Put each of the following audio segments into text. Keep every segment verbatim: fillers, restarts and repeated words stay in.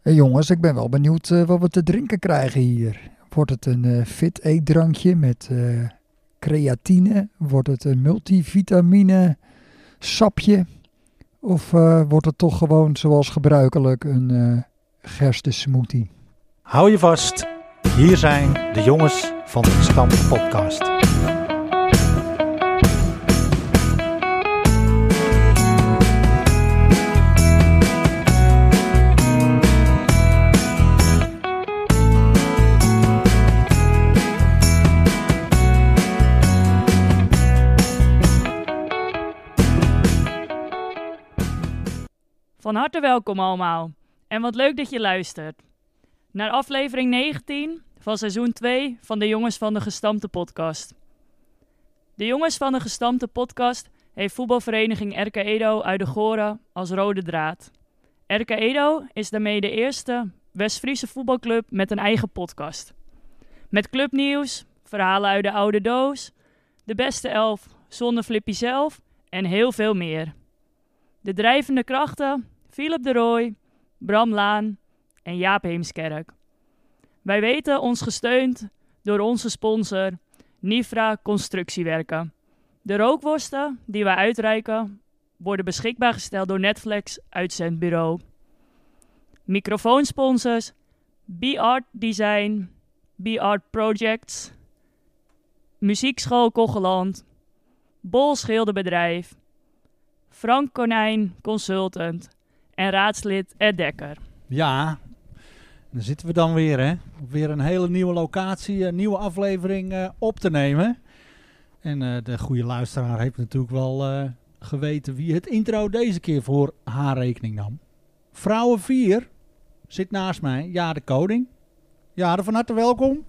Hey jongens, ik ben wel benieuwd uh, wat we te drinken krijgen hier. Wordt het een uh, fit eetdrankje met uh, creatine? Wordt het een multivitamine sapje? Of uh, wordt het toch gewoon zoals gebruikelijk een uh, gerstensmoothie? Hou je vast, hier zijn de jongens van de Stam Podcast. Van harte welkom allemaal en wat leuk dat je luistert naar aflevering negentien van seizoen twee van de Jongens van de Gestampte Podcast. De Jongens van de Gestampte Podcast heeft voetbalvereniging R K Edo uit de Goren als rode draad. R K Edo is daarmee de eerste West-Friese voetbalclub met een eigen podcast. Met clubnieuws, verhalen uit de oude doos, de beste elf zonder Flippy zelf en heel veel meer. De drijvende krachten, Philip de Rooij, Bram Laan en Jaap Heemskerk. Wij weten ons gesteund door onze sponsor Nifra Constructiewerken. De rookworsten die wij uitreiken worden beschikbaar gesteld door Netflix Uitzendbureau. Microfoonsponsors B-Art Design, B-Art Projects, Muziekschool Kogeland, Bol Schilderbedrijf, Frank Konijn Consultant en raadslid Ed Dekker. Ja, dan zitten we dan weer, hè? Op weer een hele nieuwe locatie, een nieuwe aflevering uh, op te nemen. En uh, de goede luisteraar heeft natuurlijk wel uh, geweten wie het intro deze keer voor haar rekening nam. Vrouwen vier zit naast mij, Jade Koning. Jade, van harte welkom.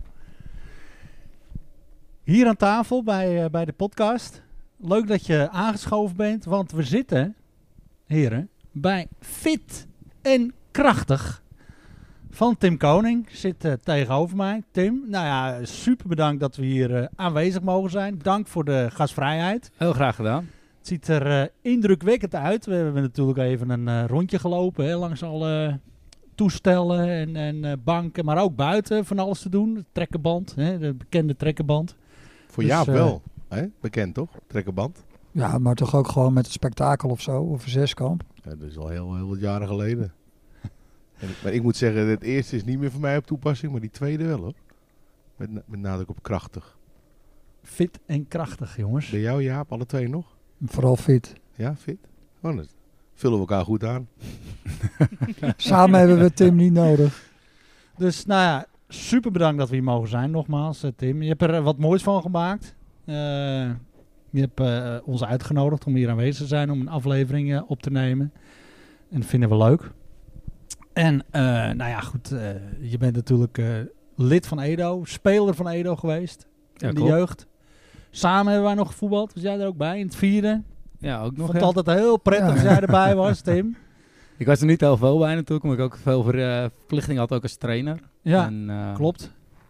Hier aan tafel bij, uh, bij de podcast. Leuk dat je aangeschoven bent, want we zitten, heren, bij Fit en Krachtig van Tim Koning. Zit uh, tegenover mij. Tim, nou ja, super bedankt dat we hier uh, aanwezig mogen zijn. Dank voor de gastvrijheid. Heel graag gedaan. Het ziet er uh, indrukwekkend uit. We hebben natuurlijk even een uh, rondje gelopen, hè, langs alle toestellen en, en uh, banken, maar ook buiten van alles te doen. De trekkenband, hè, de bekende trekkenband. Voor dus, Jaap uh, wel. Hè? Bekend toch? Trekkenband. Ja, maar toch ook gewoon met een spektakel of zo, of een zeskamp. Ja, dat is al heel, heel wat jaren geleden. en, maar ik moet zeggen, het eerste is niet meer voor mij op toepassing, maar die tweede wel hoor. Met, met nadruk op krachtig. Fit en krachtig, jongens. Bij jou Jaap, alle twee nog? Vooral fit. Ja, fit? Oh, dat vullen we elkaar goed aan. Samen hebben we Tim niet nodig. Dus nou ja, super bedankt dat we hier mogen zijn, nogmaals uh, Tim. Je hebt er uh, wat moois van gemaakt. Uh, je hebt uh, ons uitgenodigd om hier aanwezig te zijn om een aflevering uh, op te nemen. En dat vinden we leuk. En uh, nou ja, goed, uh, je bent natuurlijk uh, lid van Edo, speler van Edo geweest Ja, in de klopt. jeugd. Samen hebben wij nog gevoetbald. Was jij er ook bij in het vierde? Ja, ook Ik nog. vond Ja. het altijd heel prettig Ja. als jij erbij was, Tim. Ik was er niet heel veel bij natuurlijk, omdat ik ook veel ver, uh, verplichtingen had ook als trainer. Ja, en, uh, klopt.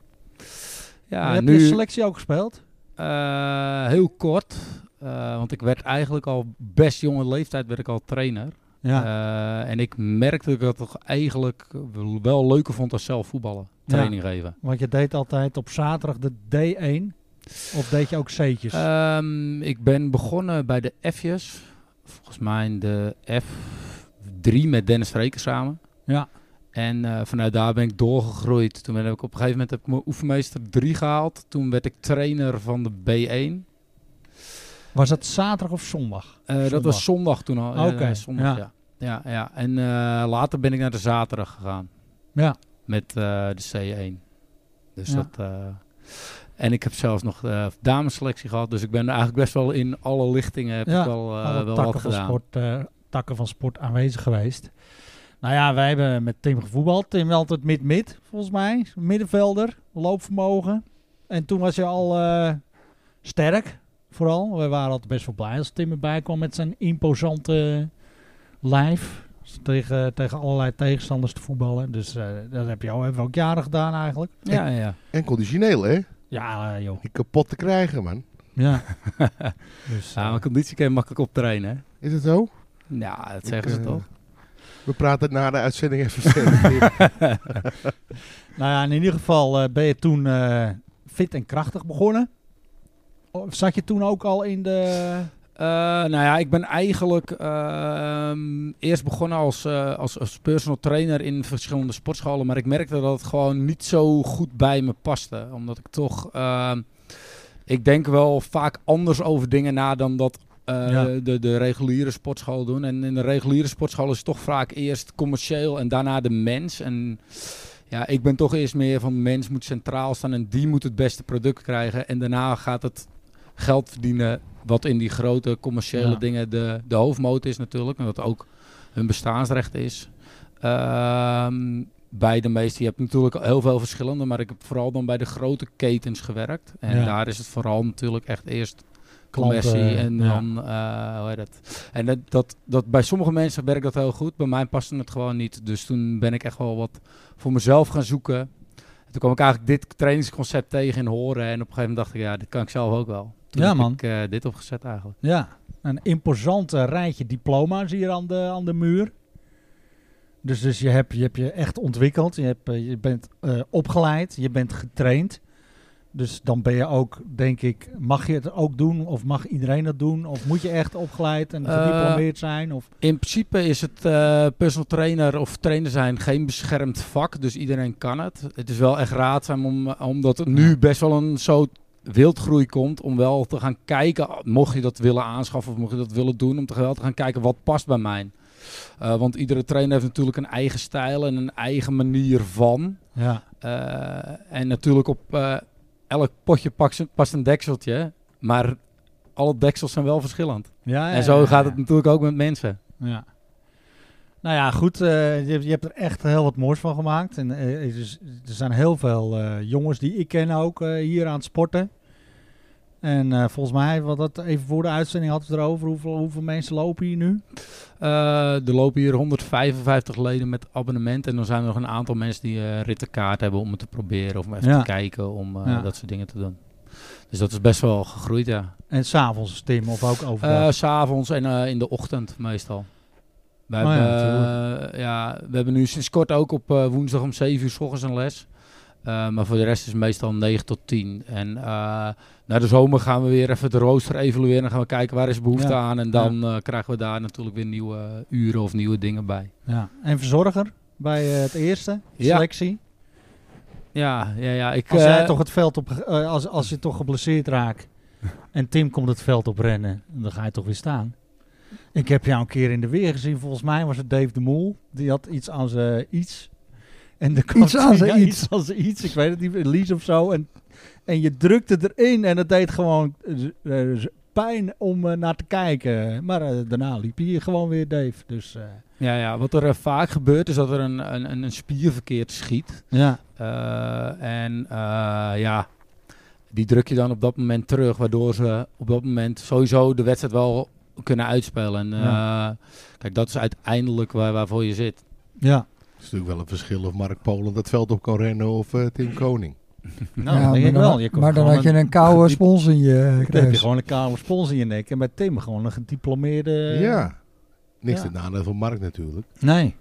Ja, heb nu je selectie ook gespeeld? uh, heel kort, uh, want ik werd eigenlijk al best jonge leeftijd werd ik al trainer. Ja. Uh, en ik merkte dat ik het toch eigenlijk wel leuker vond als zelf voetballen, training Ja. geven. Want je deed altijd op zaterdag de D één. Of deed je ook C'tjes? Um, ik ben begonnen bij de F'jes. Volgens mij in de F drie met Dennis Vreker samen. ja. En uh, vanuit daar ben ik doorgegroeid. Toen ben ik op een gegeven moment heb ik mijn oefenmeester drie gehaald. Toen werd ik trainer van de B één. Was dat zaterdag of zondag? Uh, Zondag. dat was zondag toen al. Oké, Okay, zondag, ja. ja. Ja, ja. En uh, later ben ik naar de zaterdag gegaan. Ja. Met uh, de C één. Dus Ja. dat... Uh, en ik heb zelfs nog uh, damesselectie gehad. Dus ik ben eigenlijk best wel in alle lichtingen heb Ja, ik wel, uh, alle wel takken wat van gedaan. sport, uh, takken van sport aanwezig geweest. Nou ja, wij hebben met Tim gevoetbald. Tim altijd mid-mid, volgens mij. Middenvelder, loopvermogen. En toen was je al uh, sterk, vooral. We waren altijd best wel blij als Tim erbij kwam met zijn imposante lijf. Tegen, tegen allerlei tegenstanders te voetballen. Dus uh, dat heb je al, hebben we ook jaren gedaan eigenlijk. Ja, ja. En conditioneel hè? Ja, uh, joh. Die kapot te krijgen man. Ja. dus, Ja, uh, mijn conditie kan je makkelijk optrainen. Hè? Is het zo? Ja, dat Ik, zeggen ze uh, toch. We praten na de uitzending even verder. Nou ja, in ieder geval uh, ben je toen uh, fit en krachtig begonnen. Of zat je toen ook al in de... Uh, nou ja, ik ben eigenlijk uh, eerst begonnen als, uh, als, als personal trainer in verschillende sportscholen. Maar ik merkte dat het gewoon niet zo goed bij me paste. Omdat ik toch... Uh, ik denk wel vaak anders over dingen na dan dat uh, ja. de, de reguliere sportscholen doen. En in de reguliere sportschool is het toch vaak eerst commercieel en daarna de mens. En ja, ik ben toch eerst meer van de mens moet centraal staan en die moet het beste product krijgen. En daarna gaat het geld verdienen, wat in die grote commerciële ja. dingen de, de hoofdmoot is natuurlijk. En dat ook hun bestaansrecht is. Uh, bij de meeste, je hebt natuurlijk heel veel verschillende, maar ik heb vooral dan bij de grote ketens gewerkt. En ja. daar is het vooral natuurlijk echt eerst commercie Klanten, en ja. dan, uh, hoe heet het. En dat, dat, dat bij sommige mensen werkt dat heel goed, bij mij paste het gewoon niet. Dus toen ben ik echt wel wat voor mezelf gaan zoeken. En toen kwam ik eigenlijk dit trainingsconcept tegen in Horen en op een gegeven moment dacht ik, ja, dit kan ik zelf ook wel. Toen ja, heb man. ik uh, dit opgezet eigenlijk. Ja, een imposant uh, rijtje diploma's hier aan de, aan de muur. Dus, dus je, hebt, je hebt je echt ontwikkeld, je, hebt, uh, je bent uh, opgeleid, je bent getraind. Dus dan ben je ook, denk ik, mag je het ook doen of mag iedereen dat doen? Of moet je echt opgeleid en gediplomeerd zijn? Of? In principe is het uh, personal trainer of trainer zijn geen beschermd vak, dus iedereen kan het. Het is wel echt raadzaam om, omdat er nu best wel een soort wildgroei komt om wel te gaan kijken, mocht je dat willen aanschaffen of mocht je dat willen doen, om te, wel te gaan kijken wat past bij mij. Uh, want iedere trainer heeft natuurlijk een eigen stijl en een eigen manier van. Ja. Uh, en natuurlijk op uh, elk potje past een dekseltje, maar alle deksels zijn wel verschillend. Ja, ja, en zo ja, gaat ja. het natuurlijk ook met mensen. Ja. Nou ja, goed. Uh, je, je hebt er echt heel wat moois van gemaakt. En uh, er, is, er zijn heel veel uh, jongens die ik ken ook uh, hier aan het sporten. En uh, volgens mij, wat dat even voor de uitzending hadden we het erover. Hoeveel, hoeveel mensen lopen hier nu? Uh, er lopen hier honderdvijfenvijftig leden met abonnement. En dan zijn er nog een aantal mensen die uh, rittenkaart hebben om het te proberen. Of om even ja. te kijken, om uh, ja. dat soort dingen te doen. Dus dat is best wel gegroeid, ja. En s'avonds, Tim, of ook overdag? Uh, s'avonds en uh, in de ochtend meestal. We, oh hebben, ja, uh, ja, we hebben nu sinds kort ook op uh, woensdag om zeven uur 's ochtends een les. Uh, maar voor de rest is het meestal negen tot tien. En uh, na de zomer gaan we weer even de rooster evalueren. En gaan we kijken waar is behoefte ja. aan. En dan ja. uh, krijgen we daar natuurlijk weer nieuwe uh, uren of nieuwe dingen bij. Ja. En verzorger bij uh, het eerste, selectie? Ja, ja, ja. Ik, als, uh, jij toch het veld op, uh, als, als je toch geblesseerd raakt en Tim komt het veld op rennen, dan ga je toch weer staan. Ik heb jou een keer in de weer gezien. Volgens mij was het Dave de Mol. Die had iets aan zijn iets. En de iets aan zijn ja, iets. iets aan zijn iets. Ik weet het niet. Lies of zo. En, en je drukte erin. En het deed gewoon uh, pijn om uh, naar te kijken. Maar uh, daarna liep hij gewoon weer, Dave. Dus, uh, ja, ja, wat er uh, vaak gebeurt is dat er een, een, een spier verkeerd schiet. Ja. Uh, en uh, ja, die druk je dan op dat moment terug. Waardoor ze op dat moment sowieso de wedstrijd wel kunnen uitspelen. En uh, ja. kijk, dat is uiteindelijk waar, waarvoor je zit. Ja. Het is natuurlijk wel een verschil of Mark Polen dat veld op kan rennen of uh, Tim Koning. Nou, ja, denk ik dan, wel. Je maar dan had je een koude spons in je kruis. Dan heb je gewoon een koude spons in je nek. En bij Tim gewoon een gediplomeerde... Ja. Niks ja. te nadeel van Mark natuurlijk. Nee.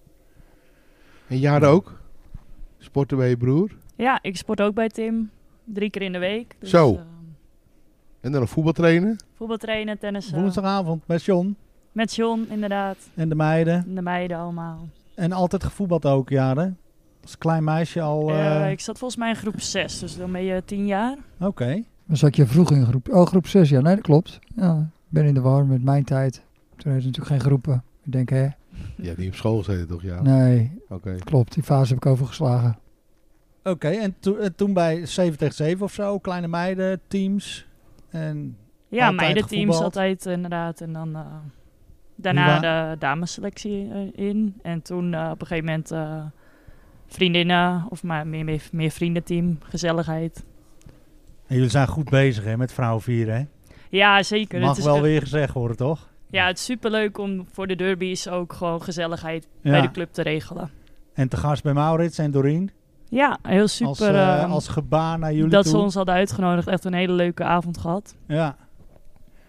En Jade ook? Sporten bij je broer? Ja, ik sport ook bij Tim. Drie keer in de week. Dus, Zo. Uh, en dan een voetbaltrainen? Voetbaltrainen, tennissen. Woensdagavond met John. Met John, inderdaad. En de meiden. En de meiden allemaal. En altijd gevoetbald ook, Jade? Als klein meisje al... Uh... Uh, ik zat volgens mij in groep zes, dus dan ben je tien jaar. Oké. Okay. Dan zat je vroeg in groep... Oh, groep zes, ja. Nee, dat klopt. Ja, ik ben in de war met mijn tijd. Toen had je natuurlijk geen groepen. Ik denk, hè? Je hebt niet op school gezeten, toch? Ja. Nee, okay. klopt. Die fase heb ik overgeslagen. Oké, okay, en to- uh, toen bij zeven tegen zeven of zo, kleine meiden, teams en ja, meidenteams altijd inderdaad. En dan uh, daarna de damesselectie uh, in. En toen uh, op een gegeven moment uh, vriendinnen of maar meer, meer, meer vriendenteam, gezelligheid. En jullie zijn goed bezig hè, met vrouwen vieren hè? Ja, zeker. Mag het is wel uh, weer gezegd worden, toch? Ja, het is superleuk om voor de derbies ook gewoon gezelligheid ja. bij de club te regelen. En te gast bij Maurits en Doreen? Ja, heel super. Als, uh, uh, als gebaar naar jullie dat toe. ze ons hadden uitgenodigd. Echt een hele leuke avond gehad. Ja.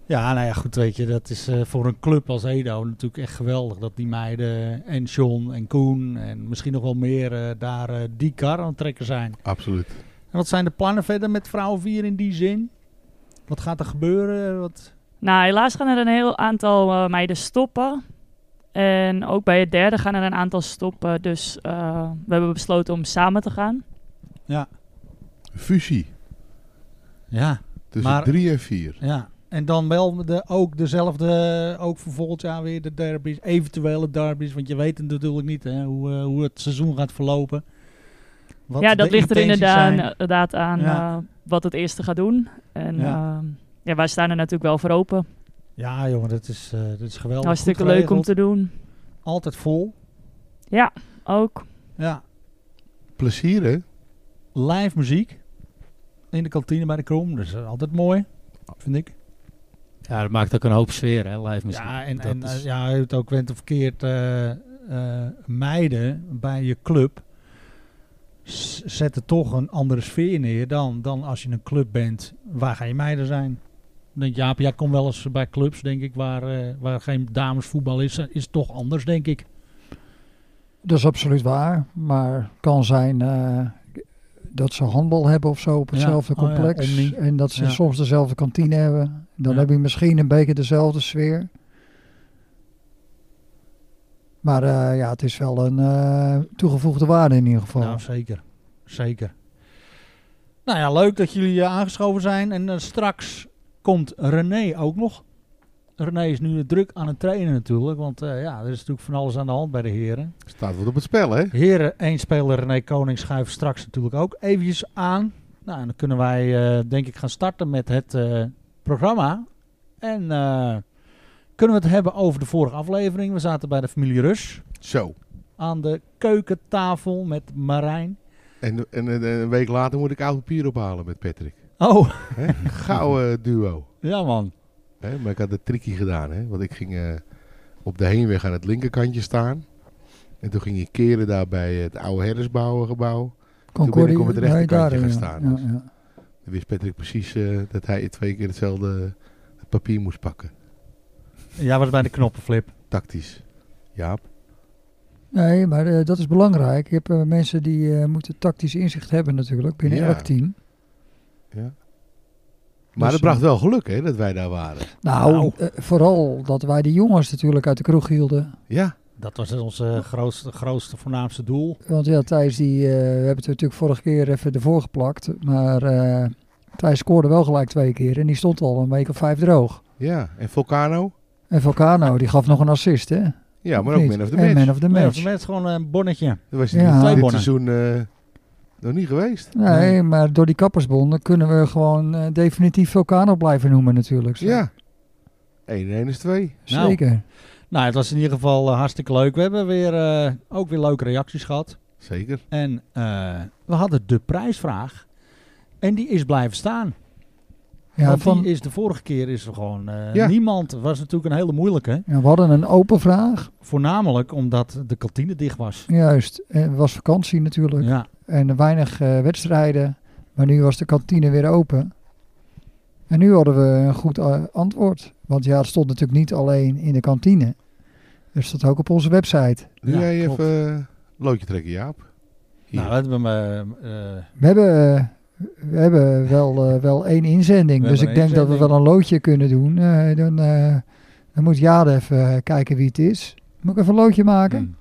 Ja, nou ja, goed, weet je, dat is uh, voor een club als Edo natuurlijk echt geweldig. Dat die meiden en John en Koen en misschien nog wel meer uh, daar uh, die kar aan het trekken zijn. Absoluut. En wat zijn de plannen verder met vrouwen vier in die zin? Wat gaat er gebeuren? Wat... Nou, helaas gaan er een heel aantal uh, meiden stoppen. En ook bij het derde gaan er een aantal stoppen. Dus uh, we hebben besloten om samen te gaan. Ja. Fusie. Ja. Tussen maar, drie en vier. Ja. En dan wel de, ook dezelfde, ook voor volgend jaar weer de derbies, eventuele derbies. Want je weet het natuurlijk niet hè, hoe, uh, hoe het seizoen gaat verlopen. Wat ja, dat ligt er inderdaad, inderdaad aan ja. uh, wat het eerste gaat doen. En ja. Uh, ja, wij staan er natuurlijk wel voor open. Ja jongen, dat is, uh, dat is geweldig. Hartstikke leuk om te doen. Altijd vol. Ja, ook. Ja. Plezier hè? Live muziek. In de kantine bij de Krom. Dat is altijd mooi, vind ik. Ja, dat maakt ook een hoop sfeer, hè, live muziek. Ja, en, dat en is... ja, je hebt ook went of verkeerd uh, uh, meiden bij je club s- zetten toch een andere sfeer neer dan, dan als je een club bent. Waar ga je meiden zijn? Dan denk je, Jaap, jij komt wel eens bij clubs, denk ik, waar, uh, waar geen damesvoetbal is. Is het toch anders, denk ik. Dat is absoluut waar, maar kan zijn uh, dat ze handbal hebben of zo op hetzelfde ja. complex. Oh ja, en dat ze ja. soms dezelfde kantine hebben. Dan Ja. heb je misschien een beetje dezelfde sfeer. Maar uh, ja, het is wel een uh, toegevoegde waarde in ieder geval. Nou, zeker. Zeker. Nou ja, leuk dat jullie uh, aangeschoven zijn. En uh, straks komt René ook nog. René is nu druk aan het trainen natuurlijk. Want uh, ja, er is natuurlijk van alles aan de hand bij de heren. Staat wat op het spel hè? Heren, één speler René Koning schuift straks natuurlijk ook eventjes aan. Nou, en dan kunnen wij uh, denk ik gaan starten met het uh, programma. En uh, kunnen we het hebben over de vorige aflevering. We zaten bij de familie Rus. Zo. Aan de keukentafel met Marijn. En, en, en een week later moet ik oud papier ophalen met Patrick. Oh. Hè? Gouden duo. Ja man. Hè? Maar ik had het tricky gedaan. Hè? Want ik ging uh, op de heenweg aan het linkerkantje staan. En toen ging ik keren daar bij het oude herdersbouwengebouw. Toen ben ik op het rechterkantje gaan staan. Ja, Dus. ja. Dan wist Patrick precies uh, dat hij twee keer hetzelfde papier moest pakken. Ja, was bij de knoppenflip. Tactisch. Jaap. Nee, maar uh, dat is belangrijk. Je hebt uh, mensen die uh, moeten tactisch inzicht hebben natuurlijk binnen Ja. elk team. Ja. Maar Dus, het bracht wel geluk hè, dat wij daar waren. Nou, Nou. Uh, vooral dat wij die jongens natuurlijk uit de kroeg hielden. Ja. Dat was ons uh, grootste, grootste, voornaamste doel. Want ja, Thijs, die, uh, we hebben het natuurlijk vorige keer even ervoor geplakt. Maar uh, Thijs scoorde wel gelijk twee keer en die stond al een week of vijf droog. Ja. En Volcano? En Vulcano, die gaf nog een assist, hè? Ja, maar Of ook niet? man of the En match. man of the Nee, match. of het gewoon een bonnetje. Dat was Ja. dit, Twee dit bonnen. seizoen uh, nog niet geweest. Nee, Nee. maar door die kappersbonden kunnen we gewoon uh, definitief Vulcano blijven noemen natuurlijk. Zo. Ja. één en één is twee. Nou. Zeker. Nou, het was in ieder geval uh, hartstikke leuk. We hebben weer, uh, ook weer leuke reacties gehad. Zeker. En uh, we hadden de prijsvraag. En die is blijven staan. Ja, Want van, die is de vorige keer is er gewoon uh, Ja. niemand. Was natuurlijk een hele moeilijke. ja, we hadden een open vraag. Voornamelijk omdat de kantine dicht was. Juist. En het was vakantie natuurlijk. Ja. En weinig uh, wedstrijden. Maar nu was de kantine weer open. En nu hadden we een goed uh, antwoord. Want ja, het stond natuurlijk niet alleen in de kantine. Het stond ook op onze website. Doe Ja, jij klopt. even uh, loodje trekken, Jaap? Hier. Nou, dat hebben we. Uh, We hebben, uh, we hebben wel, uh, wel één inzending. We dus ik hebben denk een dat we inzending. wel een loodje kunnen doen. Uh, dan, uh, dan moet Jade even uh, kijken wie het is. Moet ik even een loodje maken? hmm.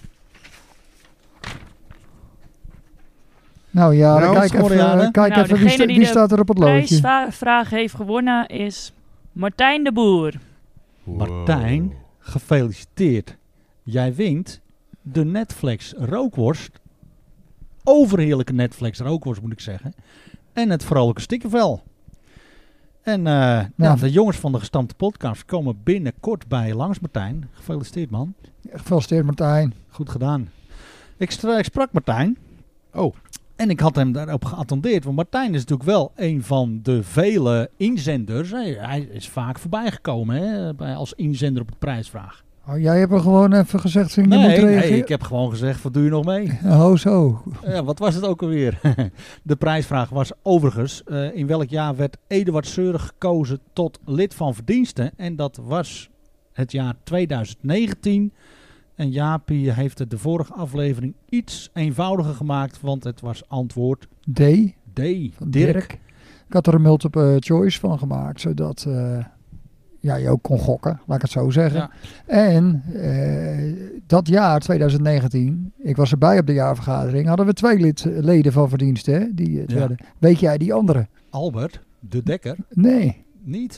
Nou ja, Nou, kijk scoren, even, Jade. uh, kijk Nou, even wie, degene sta- die wie de staat er op het loodje. Prijsvraag heeft gewonnen is Martijn de Boer. Wow. Martijn, gefeliciteerd. Jij wint de Netflix rookworst. Overheerlijke Netflix rookworst moet ik zeggen. En het vrolijke stikkervel. En uh, ja. Ja, de jongens van de gestampte podcast komen binnenkort bij je langs, Martijn. Gefeliciteerd, man. Gefeliciteerd Martijn. Goed gedaan. Ik, stra- ik sprak Martijn. Oh. En ik had hem daarop geattendeerd. Want Martijn is natuurlijk wel een van de vele inzenders. Hij, hij is vaak voorbij gekomen hè, bij, als inzender op de prijsvraag. Oh, jij hebt er gewoon even gezegd, je Nee, moet reageren? nee, ik heb gewoon gezegd, wat doe je nog mee? Oh, zo. Ja, wat was het ook alweer? De prijsvraag was overigens, uh, in welk jaar werd Eduard Seuren gekozen tot lid van verdiensten? En dat was het jaar twintig negentien. En Jaapie heeft het de vorige aflevering iets eenvoudiger gemaakt, want het was antwoord D. D. Van Dirk. Dirk. Ik had er een multiple choice van gemaakt, zodat uh, ja, je ook kon gokken, laat ik het zo zeggen. Ja. En uh, dat jaar, twintig negentien, ik was erbij op de jaarvergadering, hadden we twee lid, leden van verdiensten. Hè, die het Ja. werden. Weet jij die andere? Albert de Dekker. Nee. Niet.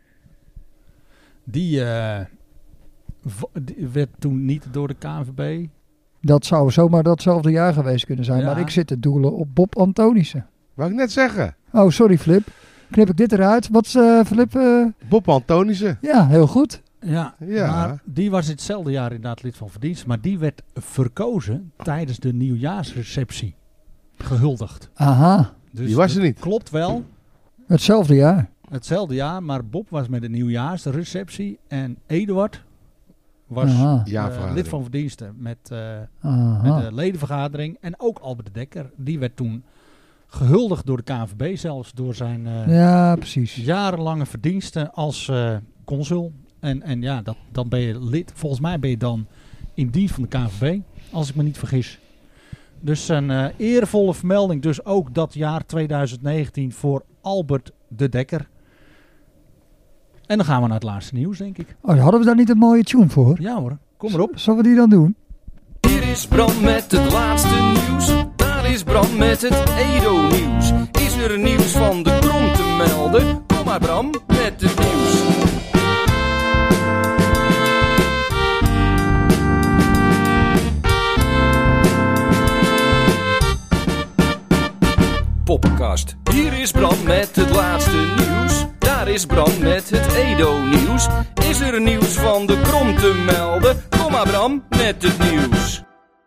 Die, uh, v- die werd toen niet door de K N V B. Dat zou zomaar datzelfde jaar geweest kunnen zijn, Ja. maar ik zit te doelen op Bob Antonissen. Wou ik net zeggen. Oh, sorry Flip. Knip ik dit eruit? Wat is uh, Flip? Uh... Bob Antonissen. Ja, heel goed. Ja, Ja. maar die was hetzelfde jaar inderdaad lid van verdienst. Maar die werd verkozen tijdens de nieuwjaarsreceptie. Gehuldigd. Aha, Dus Die was er dat niet. Klopt wel. hetzelfde jaar. Hetzelfde jaar, maar Bob was met de nieuwjaarsreceptie. En Eduard was Aha. uh, Jaarvergadering. lid van verdiensten met, uh, Aha. met de ledenvergadering. En ook Albert de Dekker. Die werd toen gehuldigd door de K N V B zelfs. Door zijn uh, Ja, precies. jarenlange verdiensten als uh, consul. En, en ja, dat, dan ben je lid. Volgens mij ben je dan in dienst van de K N V B. Als ik me niet vergis. Dus een uh, eervolle vermelding. Dus ook dat jaar twintig negentien voor Albert de Dekker. En dan gaan we naar het laatste nieuws, denk ik. Oh, hadden we daar niet een mooie tune voor? Ja hoor, kom erop. Zullen we die dan doen? Hier is Bram met het laatste nieuws. Daar is Bram met het Edo-nieuws. Is er nieuws van de Krom te melden? Kom maar Bram met het nieuws. Poppenkast. Hier is Bram met het laatste nieuws. Daar is Bram met het Edo-nieuws. Is er nieuws van de Krom te melden? Kom maar Bram met het nieuws.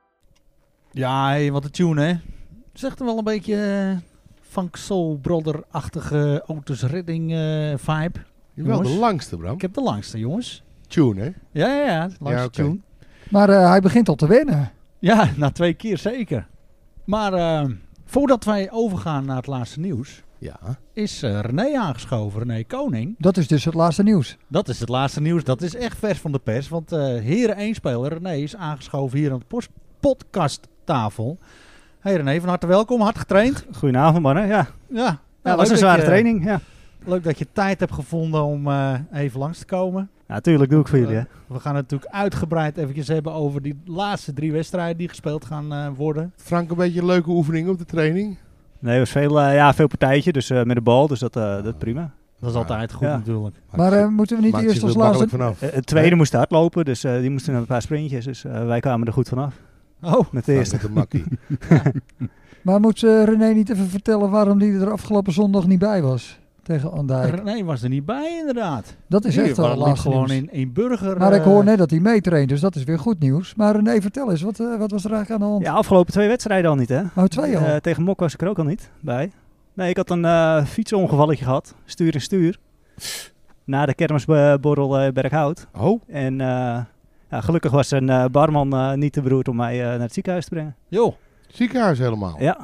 Ja, hey, wat een tune hè. Zegt er wel een beetje uh, Funk Soul Brother-achtige Otis Redding uh, vibe. Je wel de Jongens. langste, Bram. Ik heb de langste, jongens. Tune, hè? Ja, ja, ja. De langste Ja, oké. tune. Maar uh, hij begint al te winnen. Ja, na twee keer zeker. Maar uh, voordat wij overgaan naar het laatste nieuws, Ja. is uh, René aangeschoven, René Koning. Dat is dus het laatste nieuws. Dat is het laatste nieuws, dat is echt vers van de pers. Want uh, Heren één speler, René, is aangeschoven hier aan de post- podcasttafel. Hey René, van harte welkom, hard getraind. Goedenavond mannen, ja. Ja, Ja, nou, dat was een leuk zware dat je- training, ja. Leuk dat je tijd hebt gevonden om uh, even langs te komen. Ja, tuurlijk doe ik voor jullie, hè. We gaan het natuurlijk uitgebreid eventjes hebben over die laatste drie wedstrijden die gespeeld gaan uh, worden. Frank, een beetje een leuke oefening op de training. Nee, het was veel, uh, ja, veel partijtje, dus uh, met de bal, dus dat, uh, dat prima. Dat is Ja. altijd goed Ja. natuurlijk. Maar uh, moeten we niet Maakt eerst zich als er makkelijk laatste... vanaf. Uh, het tweede Nee? moest hardlopen, dus uh, die moesten een paar sprintjes, dus uh, wij kwamen er goed vanaf. Oh, Met de Frank eerste. met de makkie. Maar moet uh, René niet even vertellen waarom hij er afgelopen zondag niet bij was? Tegen Andijk. René was er niet bij inderdaad. Dat is Die echt wel liep laatste gewoon nieuws. in, in Burger. Maar ik uh, hoor net dat hij meetraint, dus dat is weer goed nieuws. Maar René, vertel eens, wat, uh, wat was er eigenlijk aan de hand? Ja, afgelopen twee wedstrijden al niet, hè. Oh, twee al. Uh, tegen Mok was ik er ook al niet bij. Nee, ik had een uh, fietsongevalletje gehad, stuur en stuur. Na de kermisborrel uh, Berghout. Oh, En uh, ja, gelukkig was een uh, barman uh, niet te beroerd om mij uh, naar het ziekenhuis te brengen. Joh. ziekenhuis helemaal. Ja,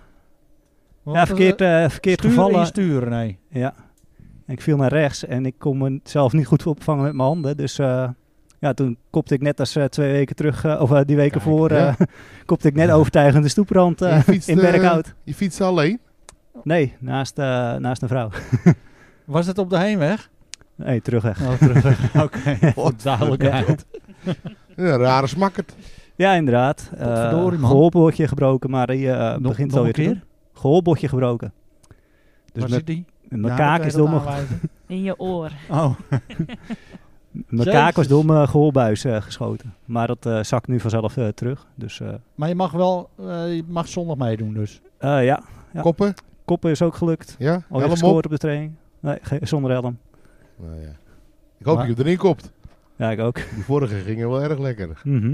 wat ja was verkeerd, het? uh, verkeerd Stuur gevallen. en stuur, René. Ja. En ik viel naar rechts en ik kon mezelf niet goed opvangen met mijn handen. Dus uh, ja, toen kopte ik net als uh, twee weken terug, uh, of uh, die weken Kijk, voor, uh, ja. kopte ik net Ja. overtuigend de stoeprand uh, En je fietst, in uh, Berkhout. Je fietst alleen? Nee, naast, uh, naast een vrouw. Was het op de heenweg? Nee, terugweg. Oh, terug. Oké, voor duidelijkheid. Een rare smakkert. Ja, inderdaad. Uh, Potverdorie, man. geholbordje gebroken, maar die uh, Nog, begint nog alweer een te keer? doen. Geholbordje gebroken. Dus Waar mijn- zit die? mijn Ja, kaak kan is je dat door mijn aanwijzen? In je oor. Oh, mijn kaak was Jezus. door mijn geholbuis uh, geschoten. Maar dat uh, zakt nu vanzelf uh, terug. Dus uh, maar je mag wel, uh, je mag zondag meedoen dus. uh, ja, Ja. Koppen? koppen is ook gelukt. Ja? Alweer Helm gescoord op? op de training. Nee, ge- zonder helm. Nou, ja. Ik hoop Maar- dat je erin kopt. Ja, ik ook. Die vorige gingen wel erg lekker. Mhm.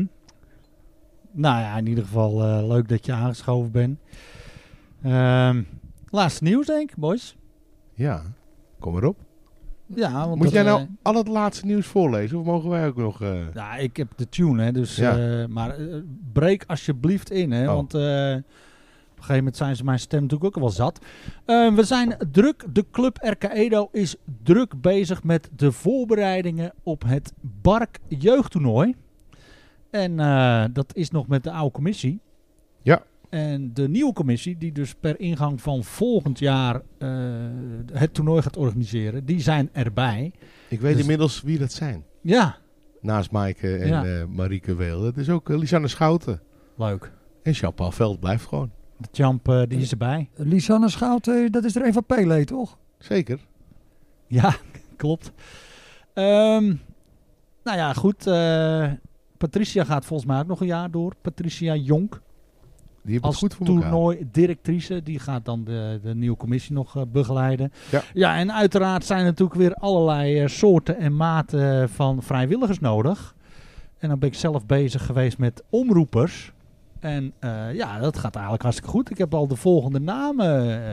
Nou ja, in ieder geval uh, leuk dat je aangeschoven bent. Um, laatste nieuws denk ik, boys. Ja, kom erop. Ja, want Moet dat, jij nou uh, al het laatste nieuws voorlezen? Of mogen wij ook nog... Uh... Ja, ik heb de tune, hè. Dus, Ja. uh, maar uh, breek alsjeblieft in, hè. Oh. Want uh, op een gegeven moment zijn ze mijn stem natuurlijk ook al wel zat. Uh, we zijn druk. De club R K Edo is druk bezig met de voorbereidingen op het Bark jeugdtoernooi. En uh, dat is nog met de oude commissie. Ja. En de nieuwe commissie, die dus per ingang van volgend jaar uh, het toernooi gaat organiseren, die zijn erbij. Ik weet dus, inmiddels wie dat zijn. Ja. Naast Maaike en ja. uh, Marieke Weel. Dat is ook uh, Lisanne Schouten. Leuk. En Jean-Paul Veld blijft gewoon. De champ, uh, die is erbij. Lisanne Schouten, dat is er een van Pele, toch? Zeker. Ja, klopt. Um, nou ja, goed. Uh, Patricia gaat volgens mij ook nog een jaar door. Patricia Jonk. Die heeft als het goed voor elkaar. toernooidirectrice. Die gaat dan de, de nieuwe commissie nog uh, begeleiden. Ja. ja, en uiteraard zijn er natuurlijk weer allerlei uh, soorten en maten van vrijwilligers nodig. En dan ben ik zelf bezig geweest met omroepers. En uh, ja, dat gaat eigenlijk hartstikke goed. Ik heb al de volgende namen uh,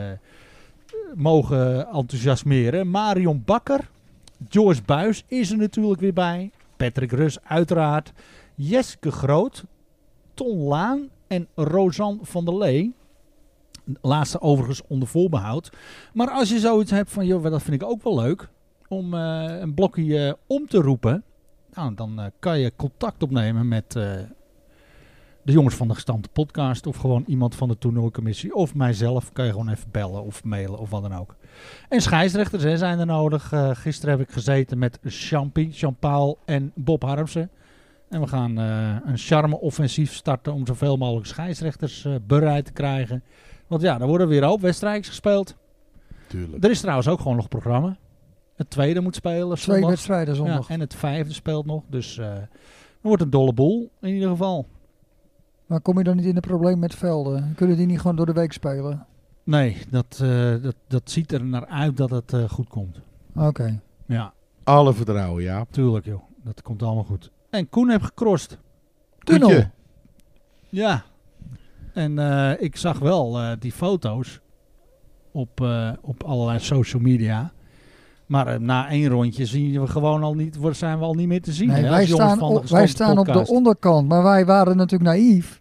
mogen enthousiasmeren. Marion Bakker. Joyce Buis is er natuurlijk weer bij. Patrick Rus uiteraard. Jeske Groot. Ton Laan. En Rosanne van der Lee. Laatste overigens onder voorbehoud. Maar als je zoiets hebt van, joh, dat vind ik ook wel leuk. Om uh, een blokje uh, om te roepen. Nou, dan uh, kan je contact opnemen met uh, de jongens van de gestampte podcast. Of gewoon iemand van de toernooicommissie. Of mijzelf. Kan je gewoon even bellen of mailen of wat dan ook. En scheidsrechters hè, zijn er nodig. Uh, gisteren heb ik gezeten met Champy, Jean-Paul en Bob Harmsen. En we gaan uh, een charme-offensief starten om zoveel mogelijk scheidsrechters uh, bereid te krijgen. Want ja, er worden weer een hoop wedstrijdjes gespeeld. Tuurlijk. Er is trouwens ook gewoon nog programma. Het tweede moet spelen zondag. Twee wedstrijden zondag. Ja, en het vijfde speelt nog. Dus uh, het wordt een dolle boel in ieder geval. Maar kom je dan niet in de probleem met velden? Kunnen die niet gewoon door de week spelen? Nee, dat, uh, dat, dat ziet er naar uit dat het uh, goed komt. Oké. Okay. Ja. Alle vertrouwen, Jaap. Tuurlijk joh, dat komt allemaal goed. En Koen heeft gecrossed. Tunnel. Ja. En uh, ik zag wel uh, die foto's op, uh, op allerlei social media. Maar uh, na één rondje zien we gewoon al niet, zijn we al niet meer te zien. Nee, hè, wij, staan op, wij staan op de onderkant, maar wij waren natuurlijk naïef.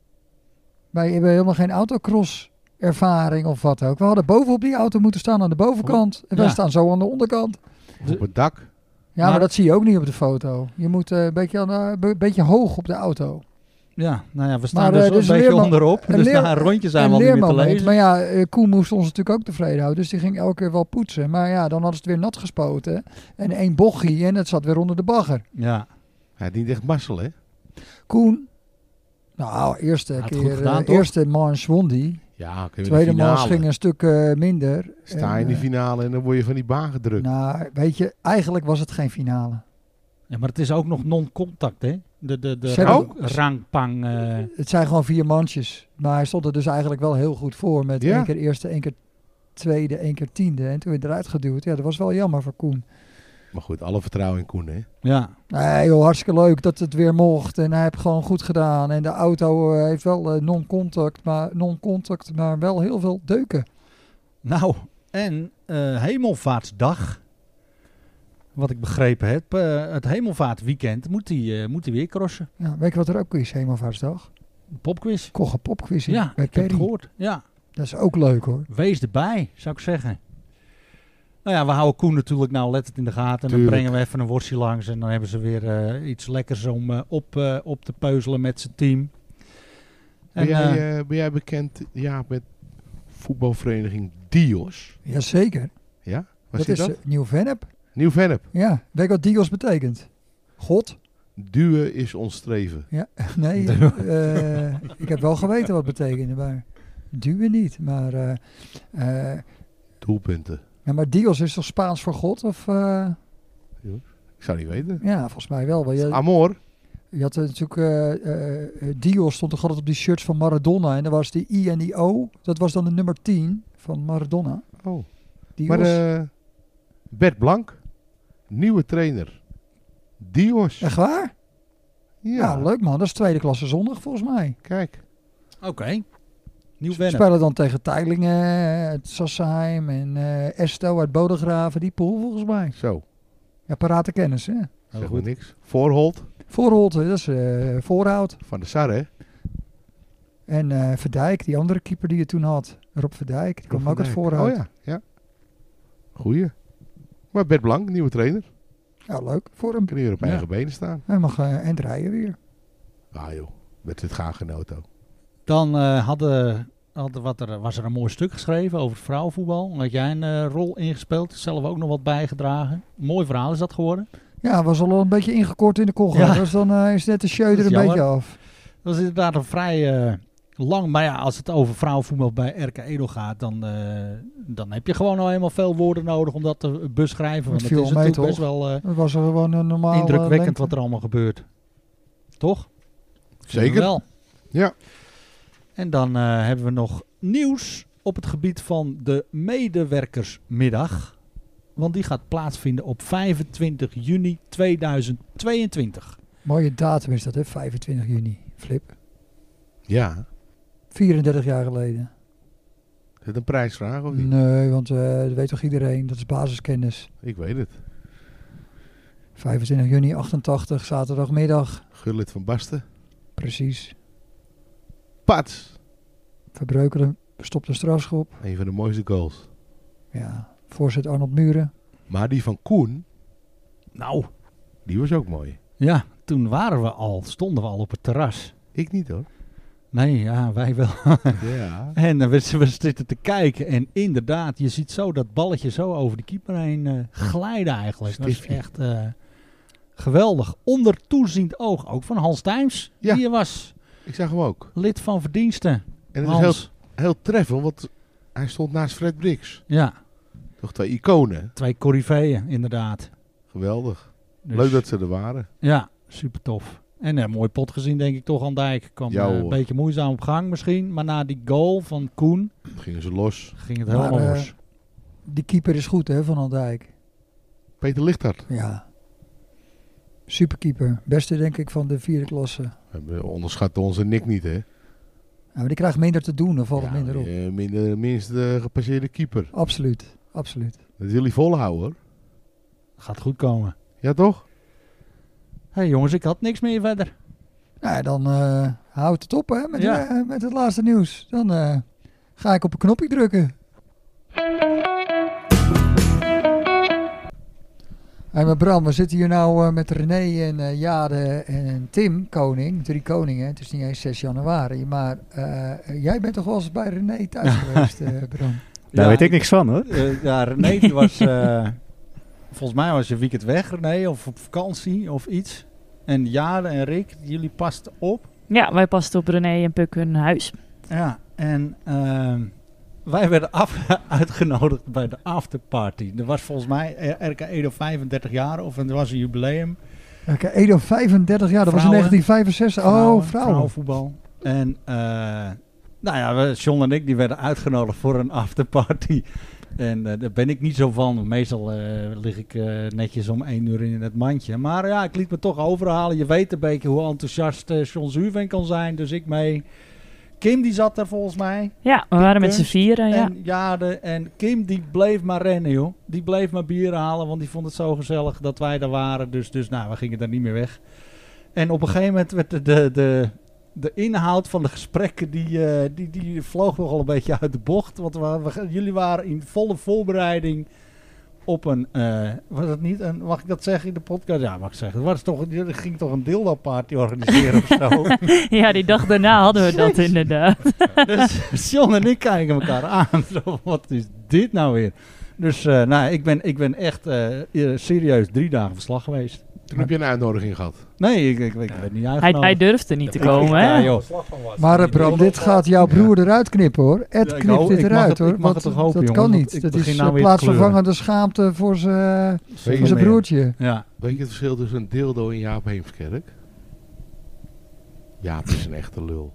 Wij hebben helemaal geen autocross ervaring of wat ook. We hadden bovenop die auto moeten staan aan de bovenkant. En wij ja. staan zo aan de onderkant. De, op het dak. Ja, maar, maar dat zie je ook niet op de foto. Je moet uh, een beetje, uh, be- beetje hoog op de auto. Ja, nou ja, we staan maar, dus uh, een dus beetje leerma- onderop. Een dus leer- na een rondje zijn we al niet meer te lezen. Maar ja, uh, Koen moest ons natuurlijk ook tevreden houden. Dus die ging elke keer wel poetsen. Maar ja, dan hadden ze het weer nat gespoten. En één bochie en het zat weer onder de bagger. Ja. Hij had niet echt mazzel, hè? Koen, nou, eerste Had keer, gedaan, uh, eerste manche won die. Ja, okay, tweede manche ging een stuk uh, minder. Sta je in de finale en dan word je van die baan gedrukt. Nou, weet je, eigenlijk was het geen finale. Ja, maar het is ook nog non-contact, hè? De, de, de Zeg, rang, rangpang. Uh... Het zijn gewoon vier manches. Maar hij stond er dus eigenlijk wel heel goed voor. Met ja? één keer eerste, één keer tweede, één keer tiende. En toen weer eruit geduwd. Ja, dat was wel jammer voor Koen. Maar goed, alle vertrouwen in Koen, hè? Ja. Nee joh, hartstikke leuk dat het weer mocht. En hij heeft gewoon goed gedaan. En de auto uh, heeft wel uh, non-contact, maar, non-contact, maar wel heel veel deuken. Nou, en uh, Hemelvaartsdag... Wat ik begrepen heb, uh, het Hemelvaartweekend moet hij uh, moet hij weer crossen. Ja, weet je wat er ook is, Hemelvaartsdag? Popquiz. Kogge popquiz ja, bij ik heb Perry. het gehoord. Ja. Dat is ook leuk hoor. Wees erbij, zou ik zeggen. Nou ja, we houden Koen natuurlijk nou letterlijk in de gaten. En Tuurlijk. dan brengen we even een worstje langs. En dan hebben ze weer uh, iets lekkers om uh, op, uh, op te peuzelen met zijn team. Ben, En, jij, uh, uh, ben jij bekend ja, met voetbalvereniging Dios? Jazeker. Ja? Wat Dat is is dat? uh, Nieuw-Vennep. Nieuw-Vennep. Ja, weet je wat Dios betekent? God? Duwen is ons streven. Ja, nee, uh, ik heb wel geweten wat het betekende, maar duwen niet. Maar, uh, uh, Doelpunten. ja, maar Dios is toch Spaans voor God? Of, uh, Ik zou niet weten. ja, volgens mij wel. wel je, Amor. je had uh, natuurlijk, uh, uh, Dios stond toch altijd op die shirts van Maradona. En dan was die I en die O, dat was dan de nummer tien van Maradona. Oh. Dios. Maar uh, Bert Blank, nieuwe trainer. Dios. Echt waar? Ja. Ja, leuk man. Dat is tweede klasse zondag volgens mij. Kijk. Oké. Okay. Nieuw Ze wennen. spelen dan tegen Teylingen, het Sassheim en uh, Esto uit Bodegraven. Die pool volgens mij. Zo, Ja, parate kennis, hè. zeg maar goed. niks. Voorholt Voorholte, dat is uh, Voorhout. van de Sar, hè? En uh, Verdijk, die andere keeper die je toen had. Rob Verdijk, die kwam ook uit Voorhout. Oh ja, ja. Goeie. Maar Bert Blank, nieuwe trainer. Ja, leuk voor hem. Kan hier op Ja. eigen benen staan. Hij mag uh, eind rijden weer. Ah joh, met het graag in auto. Dan uh, hadden, hadden wat er, was er een mooi stuk geschreven over het vrouwenvoetbal. Dan had jij een uh, rol ingespeeld. Zelf ook nog wat bijgedragen. Mooi verhaal is dat geworden. Ja, was al een beetje ingekort in de kogel. Ja. Dus dan uh, is net de show Dat er is een beetje jammer. af. Dat is inderdaad een vrij uh, lang. Maar ja, als het over vrouwenvoetbal bij R K Edo gaat, dan, uh, dan heb je gewoon al helemaal veel woorden nodig om dat te beschrijven. Want Dat het viel is mee, natuurlijk toch? best wel uh, Dat was er gewoon een normaal indrukwekkend wat er allemaal gebeurt. Toch? Zeker. Wel. Ja. En dan uh, hebben we nog nieuws op het gebied van de medewerkersmiddag. Want die gaat plaatsvinden op vijfentwintig juni tweeduizend tweeëntwintig. Mooie datum is dat, hè? vijfentwintig juni. Flip. Ja. vierendertig jaar geleden. Is het een prijsvraag of niet? Nee, want uh, dat weet toch iedereen. Dat is basiskennis. Ik weet het. vijfentwintig juni achtentachtig, zaterdagmiddag. Gullit van Basten. Precies. Pats. Verbreukelen stopt een strafschop. Een van de mooiste goals. Ja, voorzet Arnold Muren. Maar die van Koen, Nou, die was ook mooi. ja, toen waren we al, stonden we al op het terras. Ik niet hoor. Nee, ja, wij wel. Ja. En uh, we, we zitten te kijken en inderdaad, je ziet zo dat balletje zo over de keeper heen uh, glijden eigenlijk. Dat is Stiefje. echt uh, geweldig. Onder toeziend oog, ook van Hans Tijms. Ja. Die er was Ik zag hem ook. lid van verdiensten. En het is Hans. heel, heel treffend, want hij stond naast Fred Brix. Ja, Toch twee iconen. twee coryfeeën inderdaad. Geweldig. Dus, Leuk dat ze er waren. Ja, super tof. En een mooi pot gezien denk ik toch aan Dijk. Kwam Ja, uh, een hoor. beetje moeizaam op gang misschien. Maar na die goal van Koen Dan gingen ze los. ging het Maar, helemaal uh, los. Die keeper is goed, hè, van Aldijk. Peter Lichthart. Ja. Superkeeper. Beste, denk ik, van de vierde klasse. We onderschatten onze Nick niet, hè? Ja, maar die krijgt minder te doen, dan valt het Ja, minder op. eh, minder, minst uh, gepasseerde keeper. Absoluut, absoluut. Dat wil hij volhouden, hoor. Gaat goed komen. Ja, toch? Hé hey, jongens, ik had niks meer verder. Nou, dan uh, houdt het op, hè, met, Ja. uh, met het laatste nieuws. Dan uh, ga ik op een knopje drukken. Hey, maar Bram, we zitten hier nou uh, met René en uh, Jade en Tim Koning. Drie koningen. Het is niet eens zes januari. Maar uh, jij bent toch wel eens bij René thuis geweest, uh, Bram? Daar weet ik niks van, hoor. Uh, ja, René die was... Uh, volgens mij was je weekend weg, René. Of op vakantie of iets. En Jade en Rick, jullie pasten op. Ja, wij pasten op René en Puk hun huis. Ja, en uh, wij werden af, uitgenodigd bij de afterparty. Er was volgens mij R K Edo vijfendertig jaar of er was een jubileum. R K Edo vijfendertig jaar, dat was in Vrouwen. negentien vijfenzestig. Oh, vrouwen. Vrouwenvoetbal. En uh, nou ja, we, John en ik die werden uitgenodigd voor een afterparty. En uh, daar ben ik niet zo van. Meestal uh, lig ik uh, netjes om één uur in het mandje. Maar ja, ik liet me toch overhalen. Je weet een beetje hoe enthousiast uh, John Zuurveen kan zijn. Dus ik mee. Kim die zat er volgens mij. Ja, we waren met z'n Kunst vieren, ja. En Jade en Kim die bleef maar rennen, joh. Die bleef maar bier halen, want die vond het zo gezellig dat wij daar waren. Dus, dus nou, we gingen daar niet meer weg. En op een gegeven moment werd de, de, de, de inhoud van de gesprekken, die, uh, die, die vloog nogal een beetje uit de bocht. Want we, we, jullie waren in volle voorbereiding op een, uh, was het niet een, mag ik dat zeggen in de podcast? Ja, mag ik zeggen. Het was toch, jullie gingen toch een dildo party organiseren of zo? Ja, die dag daarna hadden we dat inderdaad. Dus John en ik kijken elkaar aan. Zo, wat is dit nou weer? Dus uh, nou, ik ben, ik ben echt uh, serieus drie dagen verslag geweest. Toen heb je een uitnodiging gehad. Nee, ik, ik, ik ben niet Hij, uitgenodigd. hij durfde niet te Ik- komen, ja, hè? joh. Maar uh, Bram, dit gaat jouw broer eruit knippen, hoor. Ed Ja, ik knipt hoop- dit ik mag eruit, het- hoor. ik mag Want het toch hopen, dat jongen, kan want niet. ik Dat begin is nou uh, weer te plaatsvervangende schaamte voor zijn Weet voor zijn je, broertje. Ja. weet je het verschil tussen een dildo en Jaap Heemskerk? Jaap is een echte lul.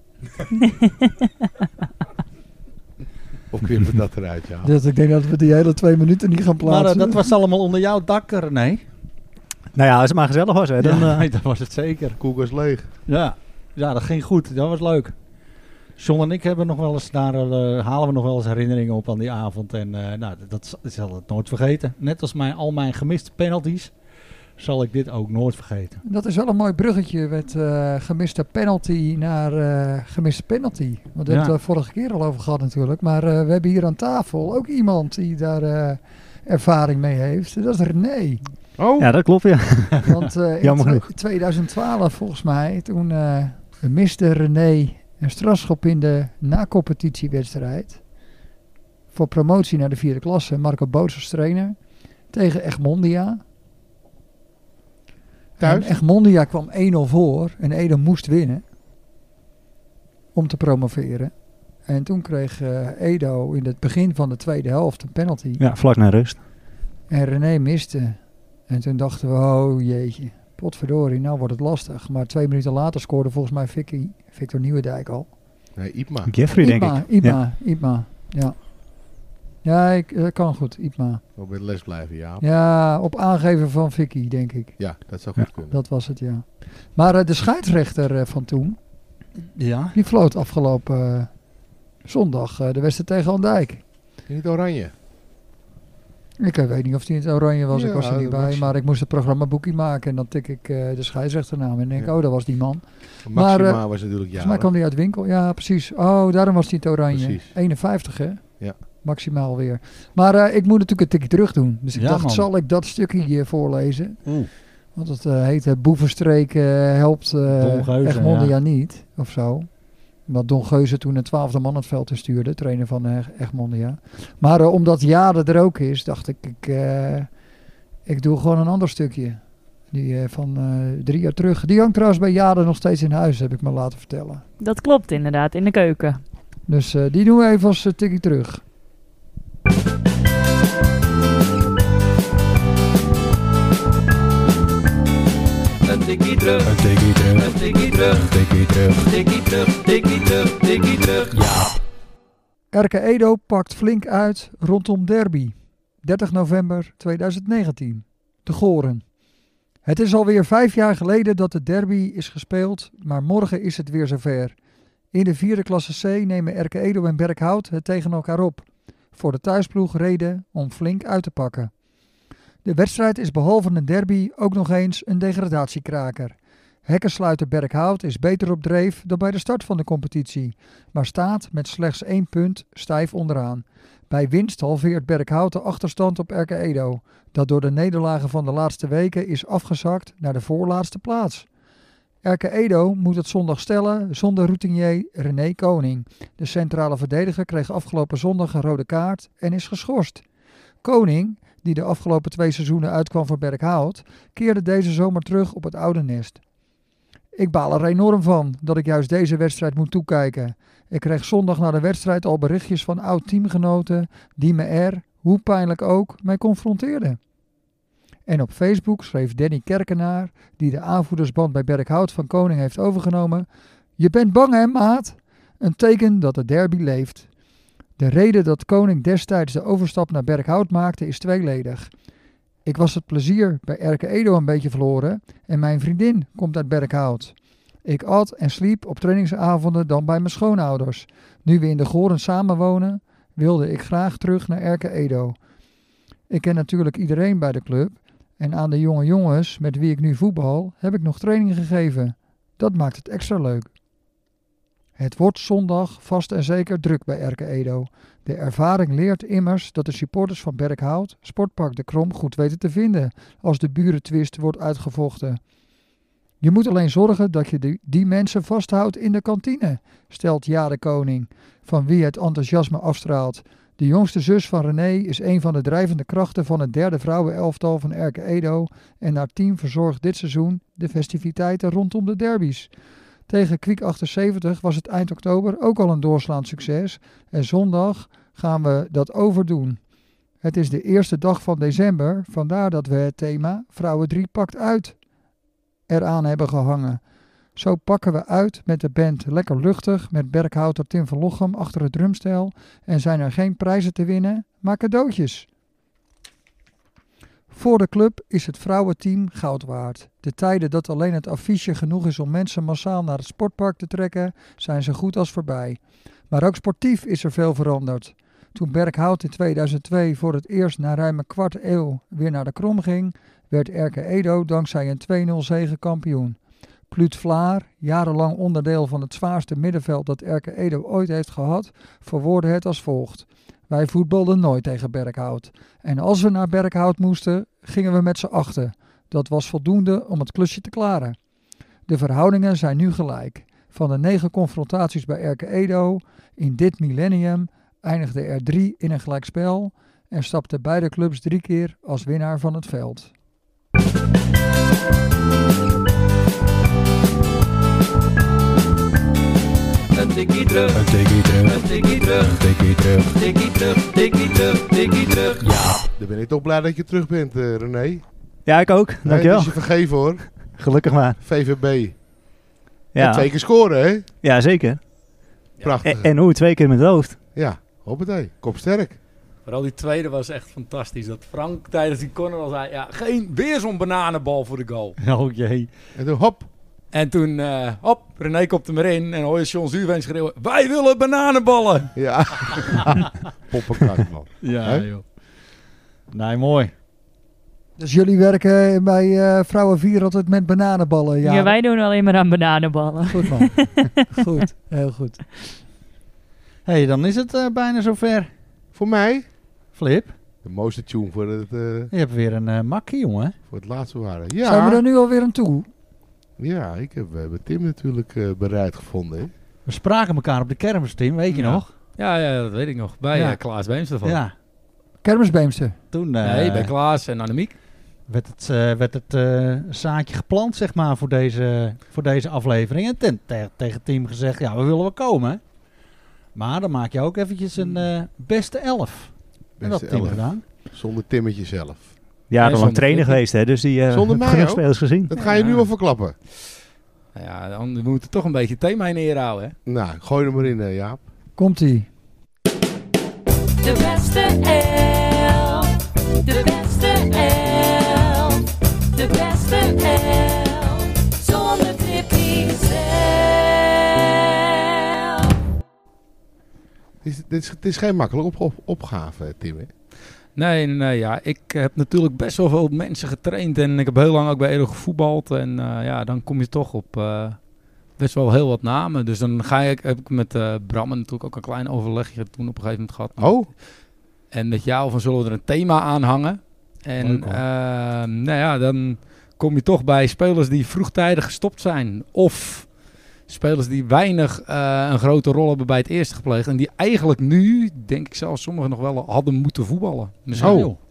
Of knippen we dat eruit, Jaap? Dus ik denk dat we die hele twee minuten niet gaan Maar uh, plaatsen. dat was allemaal onder jouw dak, René. Nou ja, als het maar gezellig was, hè. Dan, Ja, eh, dat was het zeker. Koelkast leeg. Ja. Ja, dat ging goed. Dat was leuk. John en ik hebben nog wel eens daar, uh, halen we nog wel eens herinneringen op aan die avond. En uh, nou, dat zal het nooit vergeten. Net als mijn, al mijn gemiste penalties zal ik dit ook nooit vergeten. Dat is wel een mooi bruggetje met uh, gemiste penalty naar uh, gemiste penalty. Want we ja. hebben het er vorige keer al over gehad natuurlijk. Maar uh, we hebben hier aan tafel ook iemand die daar uh, ervaring mee heeft. Dat is René. Oh. Ja, dat klopt, ja. Want uh, in twintig twaalf volgens mij, toen uh, miste René een strafschop in de na-competitiewedstrijd. Voor promotie naar de vierde klasse. Marco Boots als trainer. Tegen Egmondia. En Egmondia kwam één nul voor. En Edo moest winnen. Om te promoveren. En toen kreeg uh, Edo in het begin van de tweede helft een penalty. Ja, vlak na rust. En René miste. En toen dachten we, oh jeetje, potverdorie, nou wordt het lastig. Maar twee minuten later scoorde volgens mij Vicky, Victor Nieuwendijk al. Nee, Ipma. Jeffrey, Ipma, denk ik. Ipma, ja. Ipma, ja. Ja, ik, dat kan goed, Ipma. Op bij de les blijven, ja. Ja, op aangeven van Vicky, denk ik. Ja, dat zou goed ja, kunnen. Dat was het, ja. Maar uh, de scheidsrechter uh, van toen, ja. die floot afgelopen uh, zondag uh, de wedstrijd tegen Andijk. In het oranje. Ik weet niet of die in het oranje was, ja, ik was er niet bij, was... maar ik moest het programmaboekje maken en dan tik ik uh, de scheidsrechternaam en denk, ja. oh, dat was die man. Maxima maar, uh, was natuurlijk ja. Volgens mij kwam die uit Winkel, ja precies. Oh, daarom was die in het oranje. Precies. eenenvijftig hè? Ja. Maximaal weer. Maar uh, ik moet natuurlijk een tikje terug doen, dus ik ja, dacht, man. zal ik dat stukje hier voorlezen? Oeh. Want het uh, heet uh, Boevenstreek uh, helpt uh, Egmondia ja. niet, of zo. Omdat Don Geuze toen een twaalfde man het veld stuurde, trainer van uh, Egmondia. Maar uh, omdat Jade er ook is, dacht ik, ik, uh, ik doe gewoon een ander stukje. Die uh, van uh, drie jaar terug. Die hangt trouwens bij Jade nog steeds in huis, heb ik me laten vertellen. Dat klopt inderdaad, in de keuken. Dus uh, die doen we even als uh, tikkie terug. Een tikkie terug, een tikkie terug, een tikkie terug, een tikkie terug, tikkie terug, tikkie terug, tikkie terug. Ja. R K Edo pakt flink uit rondom derby. dertig november tweeduizend negentien. De Goren. Het is alweer vijf jaar geleden dat de derby is gespeeld, maar morgen is het weer zover. In de vierde klasse C nemen R K Edo en Berkhout het tegen elkaar op. Voor de thuisploeg reden om flink uit te pakken. De wedstrijd is behalve een derby ook nog eens een degradatiekraker. Hekkensluiter Berkhout is beter op dreef dan bij de start van de competitie, maar staat met slechts één punt stijf onderaan. Bij winst halveert Berkhout de achterstand op R K Edo, dat door de nederlagen van de laatste weken is afgezakt naar de voorlaatste plaats. R K Edo moet het zondag stellen zonder routinier René Koning. De centrale verdediger kreeg afgelopen zondag een rode kaart en is geschorst. Koning, die de afgelopen twee seizoenen uitkwam voor Berkhout, keerde deze zomer terug op het oude nest. Ik baal er enorm van dat ik juist deze wedstrijd moet toekijken. Ik kreeg zondag na de wedstrijd al berichtjes van oud-teamgenoten die me er, hoe pijnlijk ook, mee confronteerden. En op Facebook schreef Danny Kerkenaar, die de aanvoerdersband bij Berkhout van Koning heeft overgenomen: je bent bang hè, maat? Een teken dat de derby leeft. De reden dat Koning destijds de overstap naar Berkhout maakte is tweeledig. Ik was het plezier bij R K Edo een beetje verloren en mijn vriendin komt uit Berkhout. Ik at en sliep op trainingsavonden dan bij mijn schoonouders. Nu we in de Goren samenwonen, wilde ik graag terug naar R K Edo. Ik ken natuurlijk iedereen bij de club en aan de jonge jongens met wie ik nu voetbal heb ik nog training gegeven. Dat maakt het extra leuk. Het wordt zondag vast en zeker druk bij R K Edo. De ervaring leert immers dat de supporters van Berkhout Sportpark de Krom goed weten te vinden als de burentwist wordt uitgevochten. Je moet alleen zorgen dat je die, die mensen vasthoudt in de kantine, stelt Jade Koning, van wie het enthousiasme afstraalt. De jongste zus van René is een van de drijvende krachten van het derde vrouwenelftal van R K Edo en haar team verzorgt dit seizoen de festiviteiten rondom de derbies. Tegen Kwiek achtenzeventig was het eind oktober ook al een doorslaand succes en zondag gaan we dat overdoen. Het is de eerste dag van december, vandaar dat we het thema Vrouwen drie pakt uit eraan hebben gehangen. Zo pakken we uit met de band Lekker Luchtig met Berkhouter Tim van Lochem achter het drumstel en zijn er geen prijzen te winnen, maar cadeautjes. Voor de club is het vrouwenteam goud waard. De tijden dat alleen het affiche genoeg is om mensen massaal naar het sportpark te trekken, zijn zo goed als voorbij. Maar ook sportief is er veel veranderd. Toen Berkhout in tweeduizend twee voor het eerst na ruim een kwart eeuw weer naar de Krom ging, werd R K Edo dankzij een twee nul zege kampioen. Pluut Vlaar, jarenlang onderdeel van het zwaarste middenveld dat R K Edo ooit heeft gehad, verwoordde het als volgt. Wij voetbalden nooit tegen Berkhout. En als we naar Berkhout moesten, gingen we met z'n achten. Dat was voldoende om het klusje te klaren. De verhoudingen zijn nu gelijk. Van de negen confrontaties bij R K Edo in dit millennium eindigden er drie in een gelijkspel en stapten beide clubs drie keer als winnaar van het veld. Een tikkie terug, Een tikkie terug, een tikkie terug, een tikkie terug. tikkie terug, tikkie terug, tikkie terug. Ja, dan ben ik toch blij dat je terug bent, uh, René. Ja, ik ook. Nee, Dankjewel. het is je vergeven hoor. Gelukkig maar. V V B. Ja, En twee keer scoren, hè? ja zeker. Prachtig. En, en hoe, twee keer met het hoofd. Ja, hoppatee. Kopsterk. Vooral die tweede was echt fantastisch. Dat Frank tijdens die corner al zei, ja, geen, weer zo'n bananenbal voor de goal. Oh jee. En toen hop. En toen, uh, hop, René komt er maar in en hoor je John Zuurveen schreeuwen, wij willen bananenballen. Ja. Poppenkast, man. Ja, Hè? joh. Nee, mooi. Dus jullie werken bij uh, Vrouwen vier altijd met bananenballen? Ja, Ja, wij doen alleen maar aan bananenballen. Goed man. Goed, heel goed. Hé, hey, dan is het uh, bijna zover. Voor mij, Flip, de mooiste tune voor het, uh, je hebt weer een uh, makkie, jongen. voor het laatste waren. Zijn we Ja, er nu alweer aan toe? ja ik heb, we hebben Tim natuurlijk uh, bereid gevonden. Hè? We spraken elkaar op de kermis, Tim, weet je Ja. nog? Ja, ja, dat weet ik nog. Bij Ja. uh, Klaas Beemster van. Ja. Kermisbeemster. Toen uh, Nee, bij Klaas en Annemiek. werd het, uh, werd het uh, zaadje geplant, zeg maar, voor deze, voor deze aflevering. En ten, te, tegen Tim gezegd, ja, we willen wel komen. Maar dan maak je ook eventjes een uh, beste elf. En dat Beste Tim elf. gedaan. Zonder Timmetje zelf. Jarenlang zonder trainer Flippy. geweest, hè? Dus die uh, Zonder mij genoeg ook. spelers gezien. Dat ga je Ja. nu wel verklappen. Nou ja, dan we moeten toch een beetje het thema in ere houden, hè. Nou, gooi er maar in, uh, Jaap. Komt-ie. De beste elf. De beste elf. De beste elf. Zonder Tippy zelf. Het is, dit is, het is geen makkelijke op, op, opgave, Tim. Hè? Nee, nee, nee, ja. Ik heb natuurlijk best wel veel mensen getraind en ik heb heel lang ook bij Edo gevoetbald. En uh, ja, dan kom je toch op uh, best wel heel wat namen. Dus dan ga ik, heb ik met uh, Bram natuurlijk ook een klein overlegje toen op een gegeven moment gehad. Oh, En met jou van zullen we er een thema aan hangen. En Leuk, hoor. uh, nou ja, dan kom je toch bij spelers die vroegtijdig gestopt zijn. Of spelers die weinig uh, een grote rol hebben bij het eerste gepleegd. En die eigenlijk nu, denk ik zelfs sommigen nog wel hadden moeten voetballen. Misschien Oh. wel.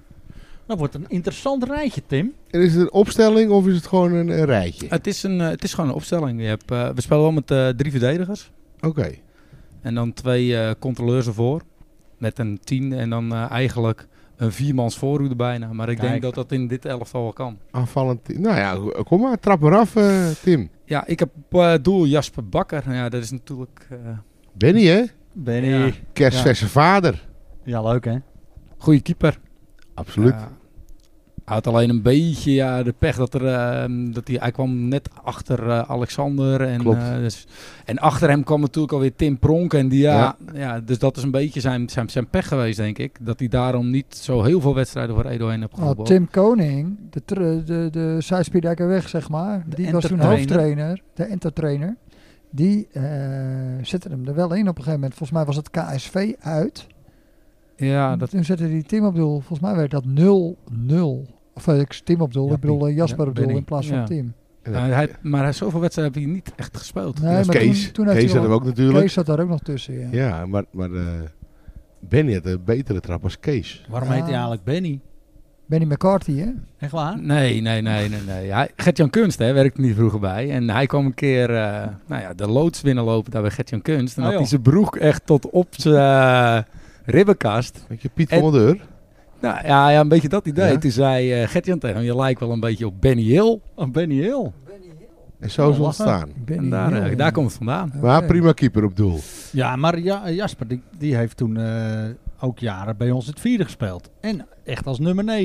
Dat wordt een interessant rijtje, Tim. en is het een opstelling of is het gewoon een, een rijtje? Het is, een, uh, het is gewoon een opstelling. Je hebt, uh, we spelen wel met uh, drie verdedigers. Oké. En dan twee uh, controleurs ervoor. Met een tien en dan uh, eigenlijk een viermans voorhoede bijna. Maar ik Kijk. denk dat dat in dit elftal wel kan. Aanvallend. Tim. Nou ja, kom maar, trap maar af, uh, Tim. Ja, ik heb op uh, doel Jasper Bakker. Nou ja, dat is natuurlijk uh, Benny, hè? Benny. Ja. Ja. Kerstverse vader. leuk hè? goede keeper. Absoluut. Ja. Hij had alleen een beetje ja, de pech dat, er, uh, dat hij, hij kwam net achter uh, Alexander. En, Klopt. uh, dus, en achter hem kwam natuurlijk alweer Tim Pronk. En die, ja, Ja. ja. dus dat is een beetje zijn, zijn, zijn pech geweest, denk ik. Dat hij daarom niet zo heel veel wedstrijden voor Edo heen heeft Oh, gevoetbald. Tim Koning, de, tr- de, de Zuid-Spierdijkerweg zeg maar, De die was toen entertrainer. hoofdtrainer, de entertrainer. Die uh, zette hem er wel in op een gegeven moment. Volgens mij was het K S V uit. Ja, dat, Toen zette hij Tim op doel. Volgens mij werd dat nul nul. Of uh, ik Tim op doel, Ja, ik bedoel uh, Jasper ja, op doel Benny. in plaats van Ja. Tim. En uh, dan- hij, maar hij, zoveel wedstrijden heb hij niet echt gespeeld. Nee, dat is maar Kees. toen, toen heeft Kees hij hadden we wel- ook natuurlijk. Kees zat daar ook nog tussen, ja. Ja, maar, maar uh, Benny had een betere trap als Kees. Waarom Ja. heet hij eigenlijk Benny? Benny McCarthy, hè? Echt waar? Nee, nee, nee, nee. nee. Hij, Gert-Jan Kunst hè, werkte niet vroeger bij. En hij kwam een keer uh, nou ja, de loods binnenlopen daar bij Gert-Jan Kunst. En Oh, had joh. hij zijn broek echt tot op zijn uh, ribbenkast. Weet je, Piet En- van der Deur. Nou ja, ja, een beetje dat idee. Ja. Toen zei uh, Gert-Jan tegen hem, je lijkt wel een beetje op Benny Hill. Oh, Benny Hill. En zo is het Oh, ontstaan. Benny En daar, Hill, uh, ja. daar komt het vandaan. Oké. Maar prima keeper op doel. Ja, maar ja, Jasper, die, die heeft toen uh, ook jaren bij ons het vierde gespeeld. En echt als nummer negen.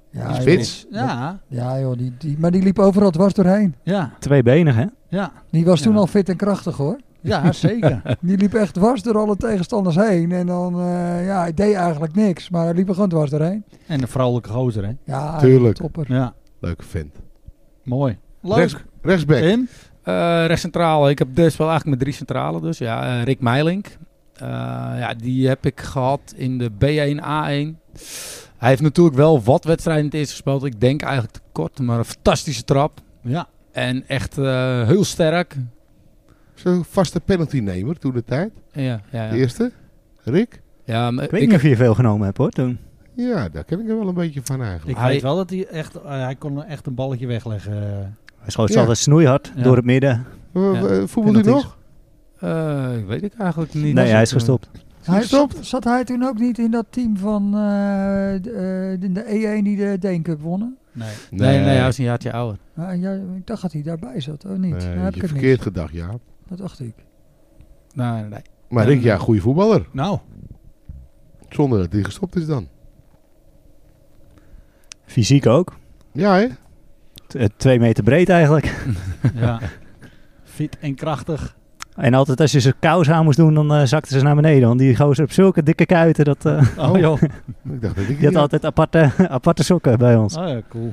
Ja, Die spits. joh. Ja, Ja, joh, die, die, maar die liep overal dwars doorheen. ja, Tweebenig, hè? ja. Die was toen Ja. al fit en krachtig, hoor. Ja, zeker. Die liep echt dwars door alle tegenstanders heen. En dan, uh, ja, hij deed eigenlijk niks. Maar hij liep er gewoon dwars doorheen. En een vrouwelijke gozer, hè? Ja, Tuurlijk. topper. Ja, Leuke vent. mooi. Leuk. Rechts, rechtsback. Tim? Uh, rechtscentrale. Ik heb dus wel eigenlijk met drie centrale. Dus ja, uh, Rick Meilink. Uh, ja, die heb ik gehad in de B één A één. Hij heeft natuurlijk wel wat wedstrijden in het eerste gespeeld. Ik denk eigenlijk te kort, maar een fantastische trap. Ja. En echt uh, heel sterk. Zo'n vaste penaltynemer toen de tijd. Ja, ja, De ja. eerste. Rick. ja maar Ik weet ik niet of je veel genomen hebt, hoor, toen. Ja, daar ken ik er wel een beetje van eigenlijk. Ik Hij- weet wel dat hij echt, uh, hij kon echt een balletje wegleggen. Hij schoot Ja. ze altijd snoeihard Ja. door het midden. Uh, Ja. uh, Voetbalt hij Penalties. nog? Uh, weet ik eigenlijk niet. Nee, Was hij het, is gestopt. Hij Gestopt? zat, zat hij toen ook niet in dat team van uh, de, uh, in de E één die de Deen Cup wonnen? Nee. uh, nee, nee, hij was een jaartje ouder. Ah, ja, ik dacht dat hij daarbij zat, of niet? Nee, Dan je heb ik het verkeerd niet. gedacht, ja. Dat dacht ik. Nee, nee, nee. Maar Rick, ja, goede voetballer. Nou, Zonder dat hij gestopt is dan. Fysiek ook. Ja, hè? T- eh, Twee meter breed eigenlijk. ja. Fit en krachtig. En altijd als je ze kous aan moest doen, dan uh, zakten ze naar beneden. Want die gozer op zulke dikke kuiten. Dat, uh, Oh, joh. Ik dacht dat ik die had altijd aparte, aparte sokken bij ons. Oh ja, cool.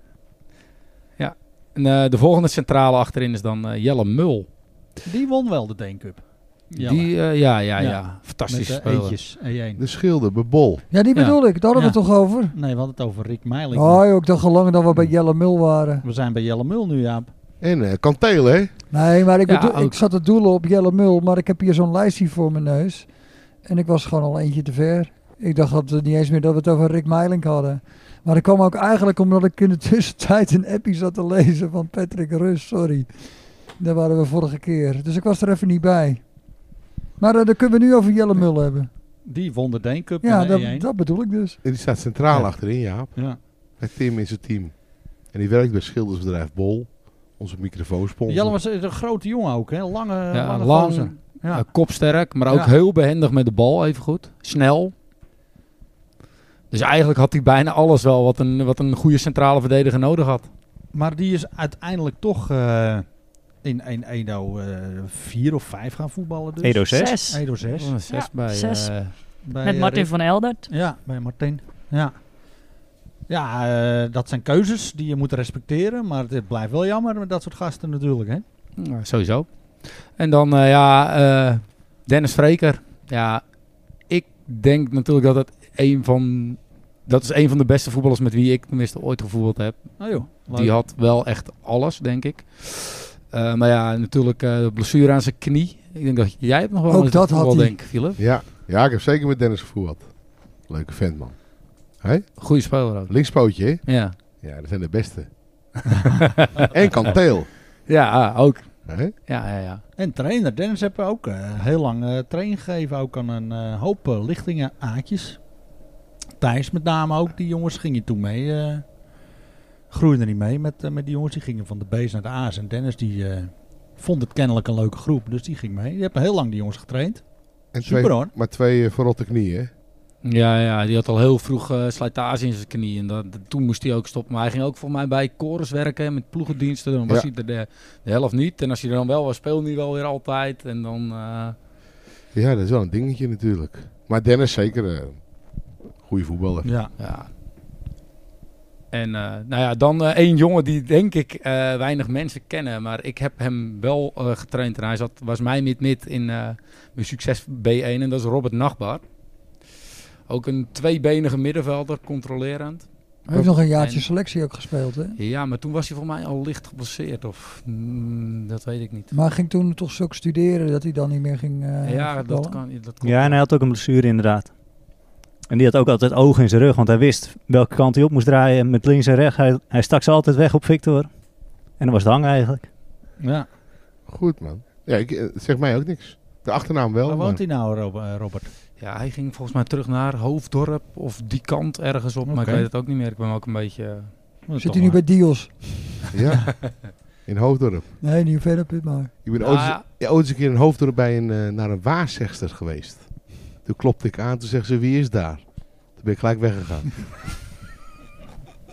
En, uh, de volgende centrale achterin is dan uh, Jelle Mul. Die won wel de Deen Cup. Ja, Die, uh, ja, ja, ja, Ja. Fantastisch met de speler. eetjes. E één. De schilder, Bebol. Ja, die Ja. bedoel ik. Daar hadden we Ja. het toch over? Nee, we hadden het over Rick Meilink. Oh, joh, ik dacht al lang dat we bij Jelle Mul waren. We zijn bij Jelle Mul nu, Jaap. En uh, Kanteel, hè? Nee, maar ik, Ja, bedoel, ik ook. zat te doelen op Jelle Mul, maar ik heb hier zo'n lijstje voor mijn neus. En ik was gewoon al eentje te ver. Ik dacht dat we niet eens meer dat we het over Rick Meilink hadden. Maar dat kwam ook eigenlijk omdat ik in de tussentijd een appie zat te lezen van Patrick Rus, sorry. Daar waren we vorige keer. Dus ik was er even niet bij. Maar uh, dan kunnen we nu over Jelle Mul hebben. Die won de Deen Cup Ja, in de dat, E één. dat bedoel ik dus. En die staat centraal Ja. achterin, ja. Ja. Met Tim in zijn team. En die werkt bij schildersbedrijf Bol. Onze microfoonsponsor. Jelle was een grote jongen ook, hè? Lange, Ja, lange lang, gozer. Ja. uh, kopsterk, maar ook Ja. heel behendig met de bal, even goed. Snel. Dus eigenlijk had hij bijna alles wel wat een, wat een goede centrale verdediger nodig had. Maar die is uiteindelijk toch uh, in, in Edo uh, vier of vijf gaan voetballen. Dus. Edo zes. Zes. Edo zes. Oh, zes Ja, bij, zes. uh, Bij, Met eh, Martin Rick. van Eldert. Ja, bij Martin. Ja, ja uh, dat zijn keuzes die je moet respecteren. Maar het blijft wel jammer met dat soort gasten natuurlijk, hè? nou, sowieso. En dan, uh, ja, uh, Dennis Vreker. Ja, ik denk natuurlijk dat het een van... Dat is een van de beste voetballers met wie ik tenminste ooit gevoetbald heb. Oh joh, leuk. Die had wel echt alles, denk ik. Uh, maar ja, natuurlijk uh, de blessure aan zijn knie. Ik denk dat jij hebt nog wel Ook eens dat voetbal, had hij. denk ik, Philip. Ja. ja, ik heb zeker met Dennis gevoerd. Leuke vent, man. Hé? Goeie speler ook. Linkspootje, hè? Ja, Ja, dat zijn de beste. En Kanteel. ja ah, ook. Hé? Ja, ja, ja. En trainer. Dennis heeft ook uh, heel lang uh, training gegeven. Ook aan een uh, hoop uh, lichtingen, aatjes. Thijs met name ook. Die jongens gingen toen mee. Uh, groeiden niet mee met, uh, met die jongens. Die gingen van de B's naar de A's. En Dennis die uh, vond het kennelijk een leuke groep. Dus die ging mee. Die hebben heel lang die jongens getraind. En Super, twee, hoor. Maar twee uh, verrotte knieën, hè? Ja, ja, die had al heel vroeg uh, slijtage in zijn knie. En dat, dat- toen moest hij ook stoppen. Maar hij ging ook voor mij bij Chorus werken met ploegendiensten. Dan was Ja. hij er de, de helft niet. En als hij er dan wel was, speelde hij wel weer altijd. En dan... Uh, Ja, dat is wel een dingetje natuurlijk. Maar Dennis zeker uh, goede voetballer. Ja. ja. En uh, nou ja, dan uh, één jongen die denk ik uh, weinig mensen kennen. Maar ik heb hem wel uh, getraind. En hij zat, was mij mid-mid in uh, mijn succes B één. En dat is Robert Nachtbar. Ook een tweebenige middenvelder, controlerend. Hij heeft nog een jaartje En- selectie ook gespeeld, hè? Ja, maar toen was hij voor mij al licht geblesseerd. Of mm, dat weet ik niet. Maar hij ging toen toch zo studeren dat hij dan niet meer ging uh, ja, voetballen? dat kan. Dat klopt. Ja, en hij had ook een blessure inderdaad. En die had ook altijd ogen in zijn rug, want hij wist welke kant hij op moest draaien met links en rechts. Hij, hij stak ze altijd weg op Victor. En dat was het hang eigenlijk. Ja. Goed, man. Ja, ik, uh, zeg mij ook niks. De achternaam wel. Waar maar- woont hij nou, Rob- uh, Robert? Ja, hij ging volgens mij terug naar Hoofddorp of die kant ergens op. Maar Oké. ik weet het ook niet meer. Ik ben ook een beetje... Oh, Zit toch hij nu maar. bij Dios? Ja, in Hoofddorp. Nee, niet verder, Pit, maar. Ik ben Ah, ooit, eens- ja. ja, ooit eens een keer in Hoofddorp bij een, uh, naar een waarzegster geweest. Toen klopte ik aan, toen zegt ze, wie is daar? Toen ben ik gelijk weggegaan.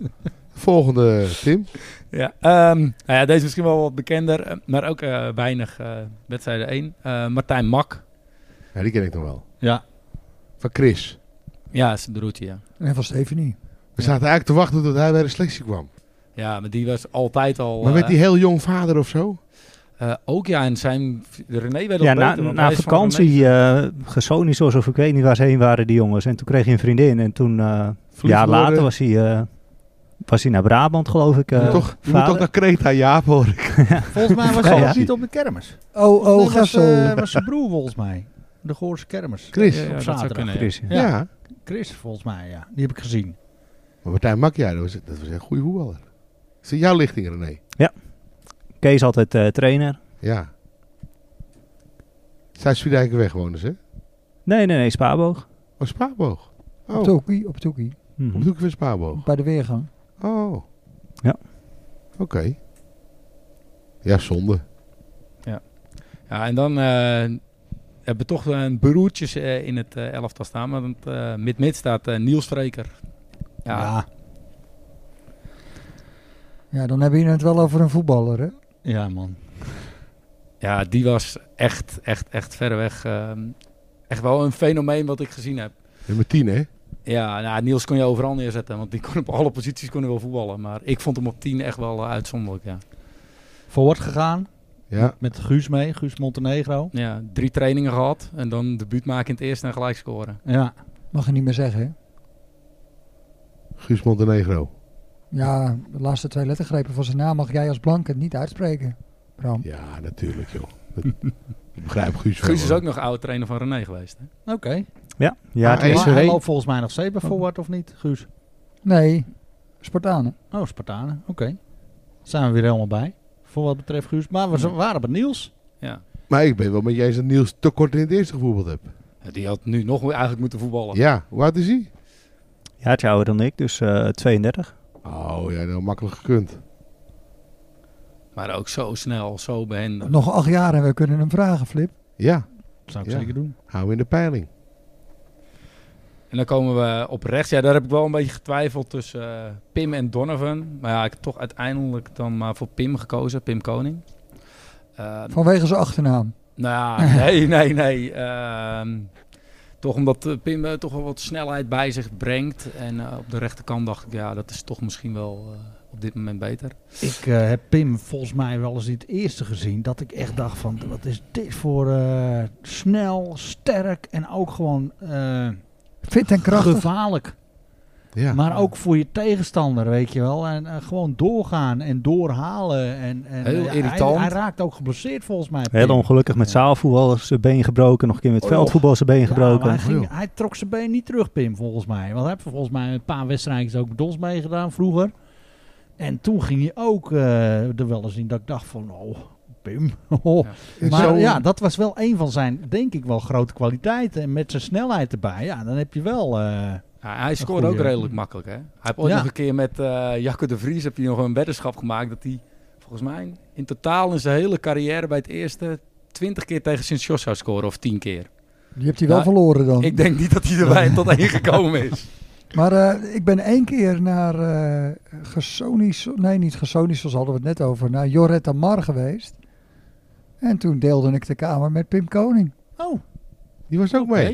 Volgende, Tim. Ja, um, nou ja, deze is misschien wel wat bekender, maar ook uh, weinig uh, wedstrijden één. Uh, Martijn Mak. Ja, die ken ik nog wel. Ja. Van Chris. Ja, is de broertje, ja. En van Stefanie. We zaten eigenlijk te wachten tot hij bij de selectie kwam. Ja, maar die was altijd al... Maar werd uh, hij heel jong vader of zo? Uh, ook ja, en zijn... René werd ja, al na, beter. want na hij is van vakantie, René. uh, Gesonisos of ik weet niet waar ze heen waren, die jongens. En toen kreeg hij een vriendin. En toen, uh, een jaar later, was hij, uh, was hij naar Brabant, geloof ik. Uh, je, toch, je moet toch naar Kreta, Jaap, hoor ik. Volgens mij was Ja, hij ja. niet op de kermis. Oh, oh, Nee, ga was, zo. uh, was zijn broer volgens mij. De Goorse kermis. Chris. Uh, Ja, op dat zou zaterdag. kunnen, ja. Chris, ja. Ja. Ja. Chris, volgens mij, ja. Die heb ik gezien. Maar Martijn Mak, ja, dat was, dat was een goede voetballer. Is dat jouw lichting, René? Kees altijd uh, trainer. Ja. Zuid-Spiedijkenweg wonen ze, hè? Nee, nee, nee, Spaarboog. Oh, Spaarboog. Op Oh, Toekie, op Toekie. Mhm. op de hoek van Spaarboog. Bij de weergang. Oh. Ja. Oké. Okay. Ja, zonde. Ja, en dan uh, hebben we toch een broertjes uh, in het uh, elftal staan. Want uh, mid-mid staat uh, Niels Vreker. Ja, Ja. Ja, dan hebben we het wel over een voetballer, hè? Ja, man. ja, die was echt, echt, echt verreweg. Uh, echt wel een fenomeen wat ik gezien heb. Nummer tien, hè? Ja, nou, Niels kon je overal neerzetten. Want die kon op alle posities kon hij wel voetballen. Maar ik vond hem op tien echt wel uh, uitzonderlijk, ja. Voort gegaan. Ja. Met Guus mee. Guus Montenegro. Ja, drie trainingen gehad. En dan debuut maken in het eerste en gelijk scoren. Ja. Mag je niet meer zeggen, hè? Guus Montenegro. Ja, de laatste twee lettergrepen van zijn naam mag jij als blanke niet uitspreken, Bram. Ja, natuurlijk, joh. Dat, ik begrijp Guus wel. Guus is hoor. ook nog oude trainer van René geweest. Hè? Oké. Okay. Ja, ja Ah, toen is was- er Hij een? loopt volgens mij nog steeds bij Forward of niet, Guus? Nee, Spartanen. Oh, Spartanen. Oké. Okay. Zijn we weer helemaal bij. Voor wat betreft Guus. Maar we z- waren bij Niels. Ja. Maar ik ben wel met jij eens dat Niels te kort in het eerste gevoetbald heb. Ja, die had nu nog eigenlijk moeten voetballen. Ja, hoe oud is hij? Ja, het ouder dan ik, dus uh, tweeëndertig. Oh, ja, dat makkelijk gekund. Maar ook zo snel, zo behendig. Nog acht jaar en we kunnen hem vragen, Flip. Ja, Dat zou ik Ja. zeker doen. hou hem in de peiling. En dan komen we op rechts. Ja, daar heb ik wel een beetje getwijfeld tussen uh, Pim en Donovan. Maar ja, ik heb toch uiteindelijk dan maar voor Pim gekozen. Pim Koning. Uh, Vanwege zijn achternaam. nou ja, nee, nee, nee. Ehm, toch omdat uh, Pim uh, toch wel wat snelheid bij zich brengt. En uh, op de rechterkant dacht ik, ja, dat is toch misschien wel uh, op dit moment beter. Ik uh, heb Pim volgens mij wel eens in het eerste gezien. Dat ik echt dacht van, wat is dit voor uh, snel, sterk en ook gewoon uh, Fit en krachtig. gevaarlijk. Ja. Maar ook voor je tegenstander, weet je wel. En uh, gewoon doorgaan en doorhalen. En, en, Heel uh, irritant. Hij, hij raakt ook geblesseerd volgens mij. Heel Pim. ongelukkig met Ja. zaalvoetbal zijn been gebroken. Nog een keer met Oh, veldvoetbal zijn been Ja, gebroken. maar hij, ging, Oh, hij trok zijn been niet terug, Pim, volgens mij. Want hij heeft volgens mij een paar wedstrijdjes ook met ons meegedaan vroeger. En toen ging hij ook uh, er wel eens in dat ik dacht van, oh, Pim. Oh. Ja. Maar Zo- ja, dat was wel een van zijn, denk ik wel, grote kwaliteiten. En met zijn snelheid erbij, ja, dan heb je wel... Uh, Ja, hij scoorde goeie. ook redelijk makkelijk. Hè? Hij heeft ooit Ja. nog een keer met uh, Jacco de Vries heb hij nog een weddenschap gemaakt. Dat hij volgens mij in totaal in zijn hele carrière bij het eerste twintig keer tegen Sint-Jos zou scoren. Of tien keer. Die hebt hij wel Ja, verloren dan. Ik denk niet dat hij erbij tot één gekomen is. Maar uh, ik ben één keer naar uh, Gesonis, nee niet Gesonis, zoals hadden we het net over, naar Joretta Mar geweest. En toen deelde ik de kamer met Pim Koning. oh, Die was ook mee. Oké.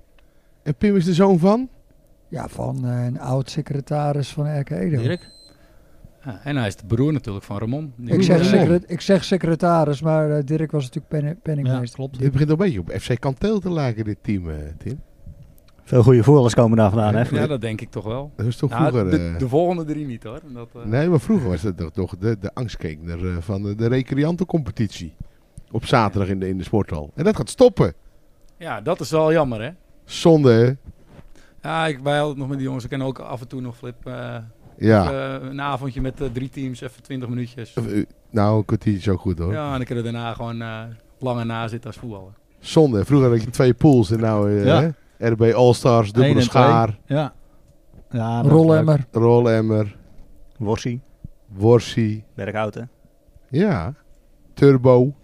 En Pim is de zoon van? Ja, van uh, een oud-secretaris van R K Edo. Dirk. Ja, en hij is de broer natuurlijk van Ramon. Die Ik is- zeg, Ramon. secret, ik zeg secretaris, maar uh, Dirk was natuurlijk pen, Ja, penningmeester. klopt. Dit begint een beetje op F C Kanteel te lijken, dit team, uh, Tim. Veel goede voetballers komen daar vandaan, hè? Ja, dat denk ik toch wel. Dat was toch Nou, vroeger... de, eh, de volgende drie niet hoor. Dat, uh, Nee, maar vroeger was het toch, toch de, de angstkekener uh, van de, de recreantencompetitie. Op zaterdag in de, in de sporthal. En dat gaat stoppen. Ja, dat is wel jammer hè. Zonde, hè? Ja, ik, wij hadden het nog met die jongens. Ik ken ook af en toe nog Flip. Uh, Ja. uh, een avondje met uh, drie teams, even twintig minuutjes. Of, uh, nou, een kwartiertje is ook goed, hoor. Ja, en dan kunnen we daarna gewoon uh, langer na zitten als voetballen. Zonde. Vroeger had je twee pools en nou uh, Ja. hè? R B All-Stars, Eén dubbele en schaar, twee. Ja. ja dat is leuk. Rollemmer. rollemmer, Worsie, worsie. Berkhouten. Ja. Turbo.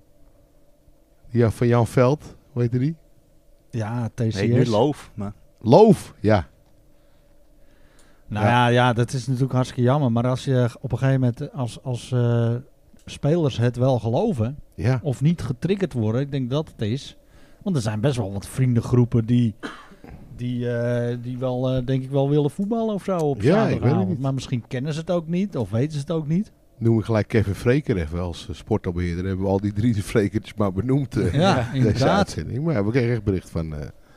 Ja, van Jan Veld. Hoe heette die? Ja, T C S. Nee, nu Loof. Maar Loof. Ja. Nou ja. ja, dat is natuurlijk hartstikke jammer. Maar als je op een gegeven moment als, als uh, spelers het wel geloven, Ja. of niet getriggerd worden, ik denk dat het is. Want er zijn best wel wat vriendengroepen die, die, uh, die wel, uh, denk ik wel willen voetballen of zo op Ja, ik weet het zaterdagavond. niet. Maar misschien kennen ze het ook niet of weten ze het ook niet. Noem ik gelijk Kevin Vreker even als uh, sportbeheerder. Hebben we al die drie Vrekertjes maar benoemd. Uh, Ja, deze inderdaad. uitzending. Maar ja, we kregen echt bericht van... Uh,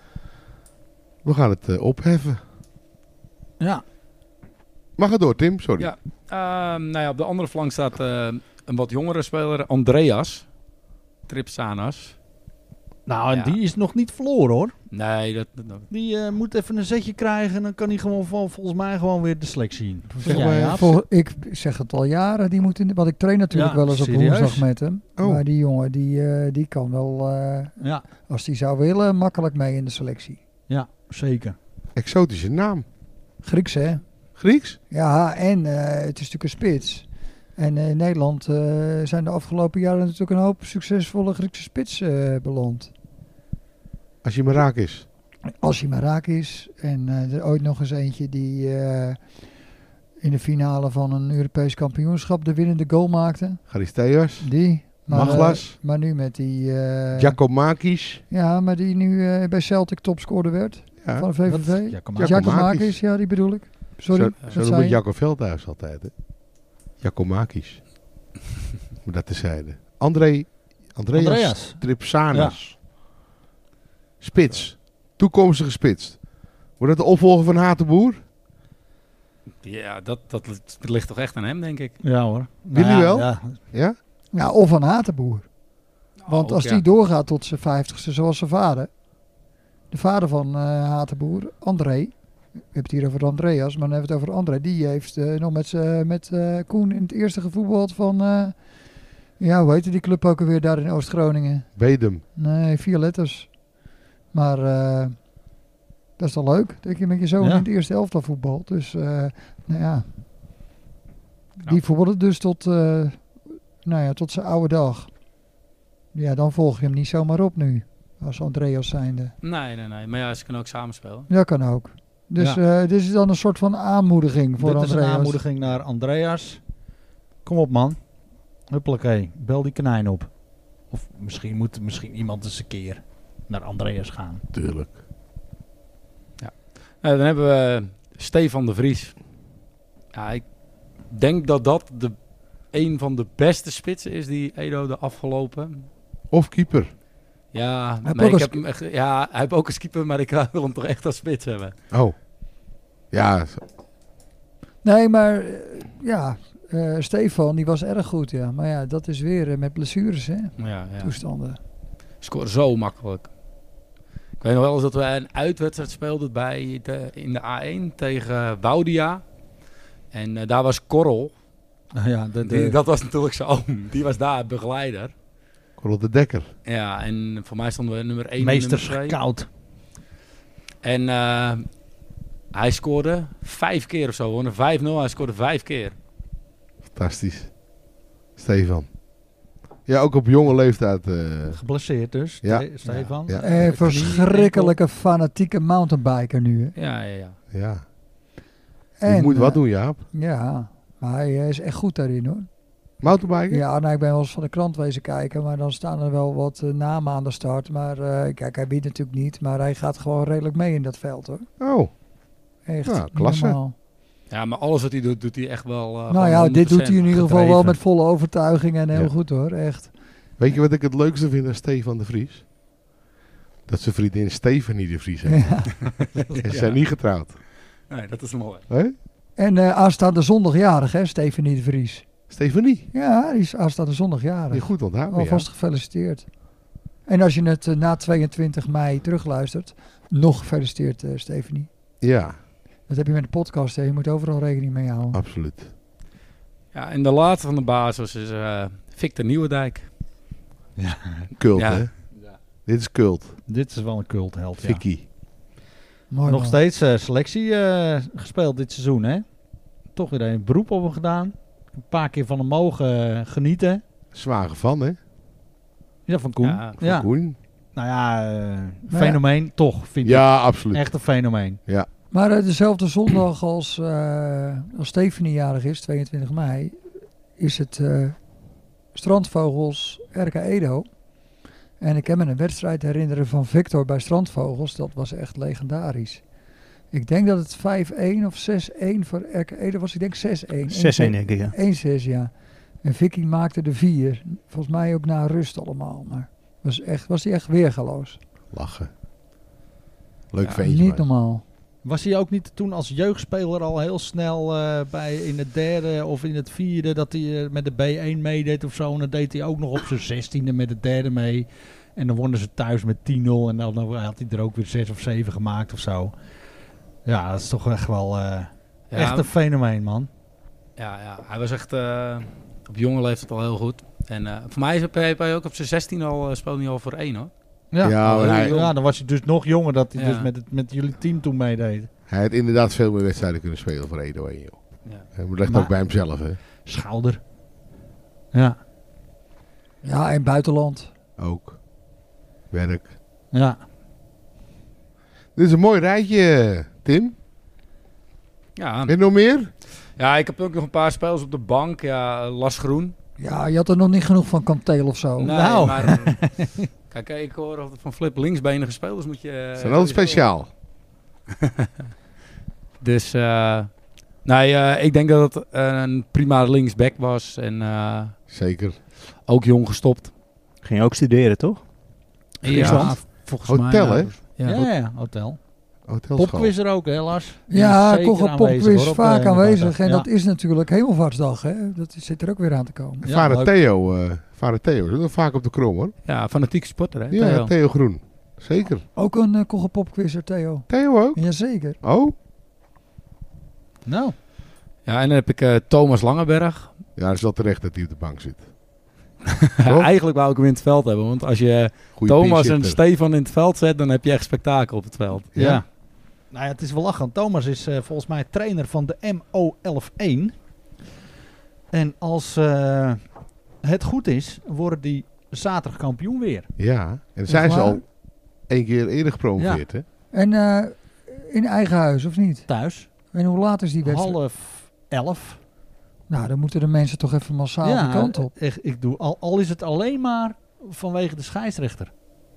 we gaan het uh, opheffen. Ja. Maar ga door, Tim. Sorry. Ja. Uh, nou ja, op de andere flank staat uh, een wat jongere speler, Andreas Tripsanas. Nou, en Ja. die is nog niet verloren hoor. Nee, dat... dat Die uh, moet even een zetje krijgen en dan kan hij gewoon vol, volgens mij gewoon weer de selectie in. Zeg Ja, maar, ja. Vol- ik zeg het al jaren, die moet in, want ik train natuurlijk Ja, wel eens op serieus? woensdag met hem. Oh. Maar die jongen, die, uh, die kan wel, uh, Ja, als die zou willen, makkelijk mee in de selectie. ja, zeker. Exotische naam. Grieks, hè? Grieks? Ja, en uh, het is natuurlijk een spits. En uh, in Nederland uh, zijn de afgelopen jaren natuurlijk een hoop succesvolle Griekse spits uh, beland. Als je me raak is. Als hij maar raak is. En uh, er ooit nog eens eentje die uh, in de finale van een Europees kampioenschap de winnende goal maakte. Charisteas. Die. Maar, Maglas. uh, maar nu met die... Uh, Giacomakis. ja, maar die nu uh, bij Celtic topscorer werd. Ja. Van de V V V. Ja, kom maar. Giacomakis. Giacomakis, ja, die bedoel ik. Sorry, Zo, dat zo zei noemt je. Jacco Veldhuis altijd. Hè? Giacomakis. Moet dat tezijde. André, Andreas, Andreas. Tripsanas. Spits. Toekomstige spits. Wordt dat de opvolger van Hatenboer? ja, dat, dat ligt toch echt aan hem, denk ik. Ja hoor. Jullie ja, wel? Ja. Ja? Ja, of een Hatenboer. Want Ook, als ja. die doorgaat tot zijn vijftigste, zoals zijn vader. De vader van uh, Hatenboer, André. We hebben het hier over Andreas, maar dan hebben we het over André. Die heeft uh, nog met, uh, met uh, Koen in het eerste gevoetbald van... Uh, ja, hoe heette die club ook alweer daar in Oost-Groningen? Bedum. Nee, vier letters. Maar uh, dat is toch leuk, dat je met je zoon Ja. in het eerste elftal voetbalt. Dus, uh, nou ja. Knap. Die voetbalde dus tot, uh, nou ja, tot zijn oude dag. Ja, dan volg je hem niet zomaar op nu. Als Andreas zijnde. Nee, nee, nee. Maar ja, ze kunnen ook samenspelen. Dat kan ook. Dus Ja. uh, dit is dan een soort van aanmoediging voor Dit is Andreas. een aanmoediging naar Andreas. Kom op man. Huppelakee. Bel die konijn op. Of misschien moet misschien iemand eens een keer naar Andreas gaan. Tuurlijk. Uh, dan hebben we Stefan de Vries. Ja, ik denk dat dat de, een van de beste spitsen is die Edo de afgelopen... Of keeper. Ja, heeft maar ook ik als heb hem echt, ja, hij heeft ook een keeper, maar ik wil hem toch echt als spits hebben. Oh. Ja, Nee, maar uh, ja, uh, Stefan die was erg goed, ja. Maar ja, dat is weer uh, met blessures, hè. Ja, ja. Toestanden. Scoren zo makkelijk. Ik weet nog wel eens dat we een uitwedstrijd speelden bij de, in de A één tegen Woudia. En uh, daar was Korrel. Ja, de, Die, dat was natuurlijk zijn oom. Die was daar begeleider. Korrel de Dekker. Ja, en voor mij stonden we nummer één en meester nummer twee. scout. En uh, hij scoorde vijf keer of zo. Gewoon een vijf nul. Hij scoorde vijf keer. Fantastisch. Stefan. Ja, ook op jonge leeftijd. Uh, Geblesseerd dus. Ja. Ste- Stefan. Ja. Een verschrikkelijke fanatieke mountainbiker nu, hè. Ja, ja, ja. ja. En, Je moet wat uh, doen, Jaap. Ja, maar hij is echt goed daarin, hoor. Mountainbiken? Ja, nou, ik ben wel eens van de krant wezen kijken, maar dan staan er wel wat uh, namen aan de start. Maar uh, kijk, hij wint natuurlijk niet, maar hij gaat gewoon redelijk mee in dat veld, hoor. Oh. Echt, Ja, niet klasse. normaal. Ja, maar alles wat hij doet, doet hij echt wel. Uh, Nou gewoon ja, dit doet hij in honderd ieder procent geval wel gedreven. met volle overtuiging en heel Ja. goed, hoor. Echt. Weet je wat ik het leukste vind aan Stefan de Vries? Dat zijn vriendin Stefanie de Vries heeft. Ja. En ze zijn niet getrouwd. Nee, dat is mooi. Hè? En uh, aanstaande zondagjarig, hè, Stefanie de Vries. Stefanie. Ja, die is aanstaande Die zondagjarig. goed onthouden. Alvast gefeliciteerd. En als je het uh, na tweeëntwintig mei terugluistert, nog gefeliciteerd, uh, Stefanie. Ja. Ja, Dat heb je met de podcast, hè. Je moet overal rekening mee houden. absoluut. Ja, en de laatste van de basis is uh, Victor Nieuwendijk. Cult, Ja. hè? Dit is cult. Dit is wel een cultheld. Ja. Vicky. Mooi, Nog man. steeds uh, selectie uh, gespeeld dit seizoen, hè? Toch weer een beroep op hem gedaan. Een paar keer van hem mogen uh, genieten. Zwager van, hè? Ja, van Koen. Ja, Van Koen. Nou ja, uh, ja. fenomeen toch, vind ik. Ja, absoluut. Echt een fenomeen. Maar Maar uh, dezelfde zondag als, uh, als Stephanie jarig is, tweeëntwintig mei, is het uh, Strandvogels R K Edo. En ik kan me een wedstrijd herinneren van Victor bij Strandvogels. Dat was echt legendarisch. Ik denk dat het vijf-een of zes-een voor R K Edo was. Ik denk zes-een. zes-een denk ik, ja. één-zes, ja. En Vicky maakte de vier. Volgens mij ook na rust allemaal. Maar was, echt, was hij echt weergaloos. Lachen. Leuk Ja, ventje. Niet maar. normaal. Was hij ook niet toen als jeugdspeler al heel snel uh, bij in het derde of in het vierde dat hij uh, met de B één meedeed of zo? En dan deed hij ook nog op zijn zestiende met het derde mee. En dan wonnen ze thuis met tien nul en dan, dan had hij er ook weer zes of zeven gemaakt of zo. Ja, dat is toch echt wel uh, Ja, echt een fenomeen, man. Ja, ja, hij was echt uh, op jonge leeftijd al heel goed. En uh, voor mij heeft hij ook op zijn zestien al uh, speelde hij al voor één, hoor. Ja, Ja, maar hij- ja, dan was hij dus nog jonger dat hij Ja. dus met, het, met jullie team toen meedeed. Hij had inderdaad veel meer wedstrijden kunnen spelen voor Edo één, joh. Ja. Hij ligt Maar- ook bij hemzelf, hè. Schouder. Ja, Ja, en buitenland. Ook. Werk. ja. Dit is een mooi rijtje, Tim. Ja. Heb je nog meer? ja, ik heb ook nog een paar spelers op de bank. Ja, Las Groen. Ja, je had er nog niet genoeg van Kanteel of zo. Nee, Nou. maar... Kijk, ik hoor altijd van Flip linksbenige spelers moet je... Ze uh, zijn altijd speciaal. Dus, uh, nee, uh, ik denk dat het een prima linksback was. En uh, Zeker. ook jong gestopt. Ging ook studeren, toch? Ja, volgens Hotel, mij. hè? nou, Ja, Ja, ja, hotel. Hotelschool. Popquiz er ook, hè, Lars? Die Ja, is zeker Kogge aanwezig, Popquiz hoor, op, vaak eh, aanwezig. En ja. dat is natuurlijk Hemelvaartsdag. Hè? Dat zit er ook weer aan te komen. En Ja, vader leuk. Theo, uh, vader Theo is ook vaak op de krom, hoor. ja, fanatieke sporter, hè? Ja, Theo. Theo Groen. Zeker. Ook een uh, Kogge Popquizzer, Theo. Theo ook? Jazeker. Oh? Nou, Ja, en dan heb ik uh, Thomas Langeberg. Ja, het is wel terecht dat hij op de bank zit. Toch? Eigenlijk wou ik hem in het veld hebben. Want als je Goeie Thomas en pinchitter. Stefan in het veld zet, dan heb je echt spektakel op het veld. ja. Ja. Nou ja, het is wel lachen. Thomas is uh, volgens mij trainer van de M O elf één. En als uh, het goed is, worden die zaterdag kampioen weer. Ja, en dan zijn ze waar? al één keer eerder gepromoveerd, hè? En uh, in eigen huis, of niet? Thuis. En hoe laat is die wedstrijd? Half elf. Nou, dan moeten de mensen toch even massaal de kant op. echt, ik doe, al, al is het alleen maar vanwege de scheidsrechter.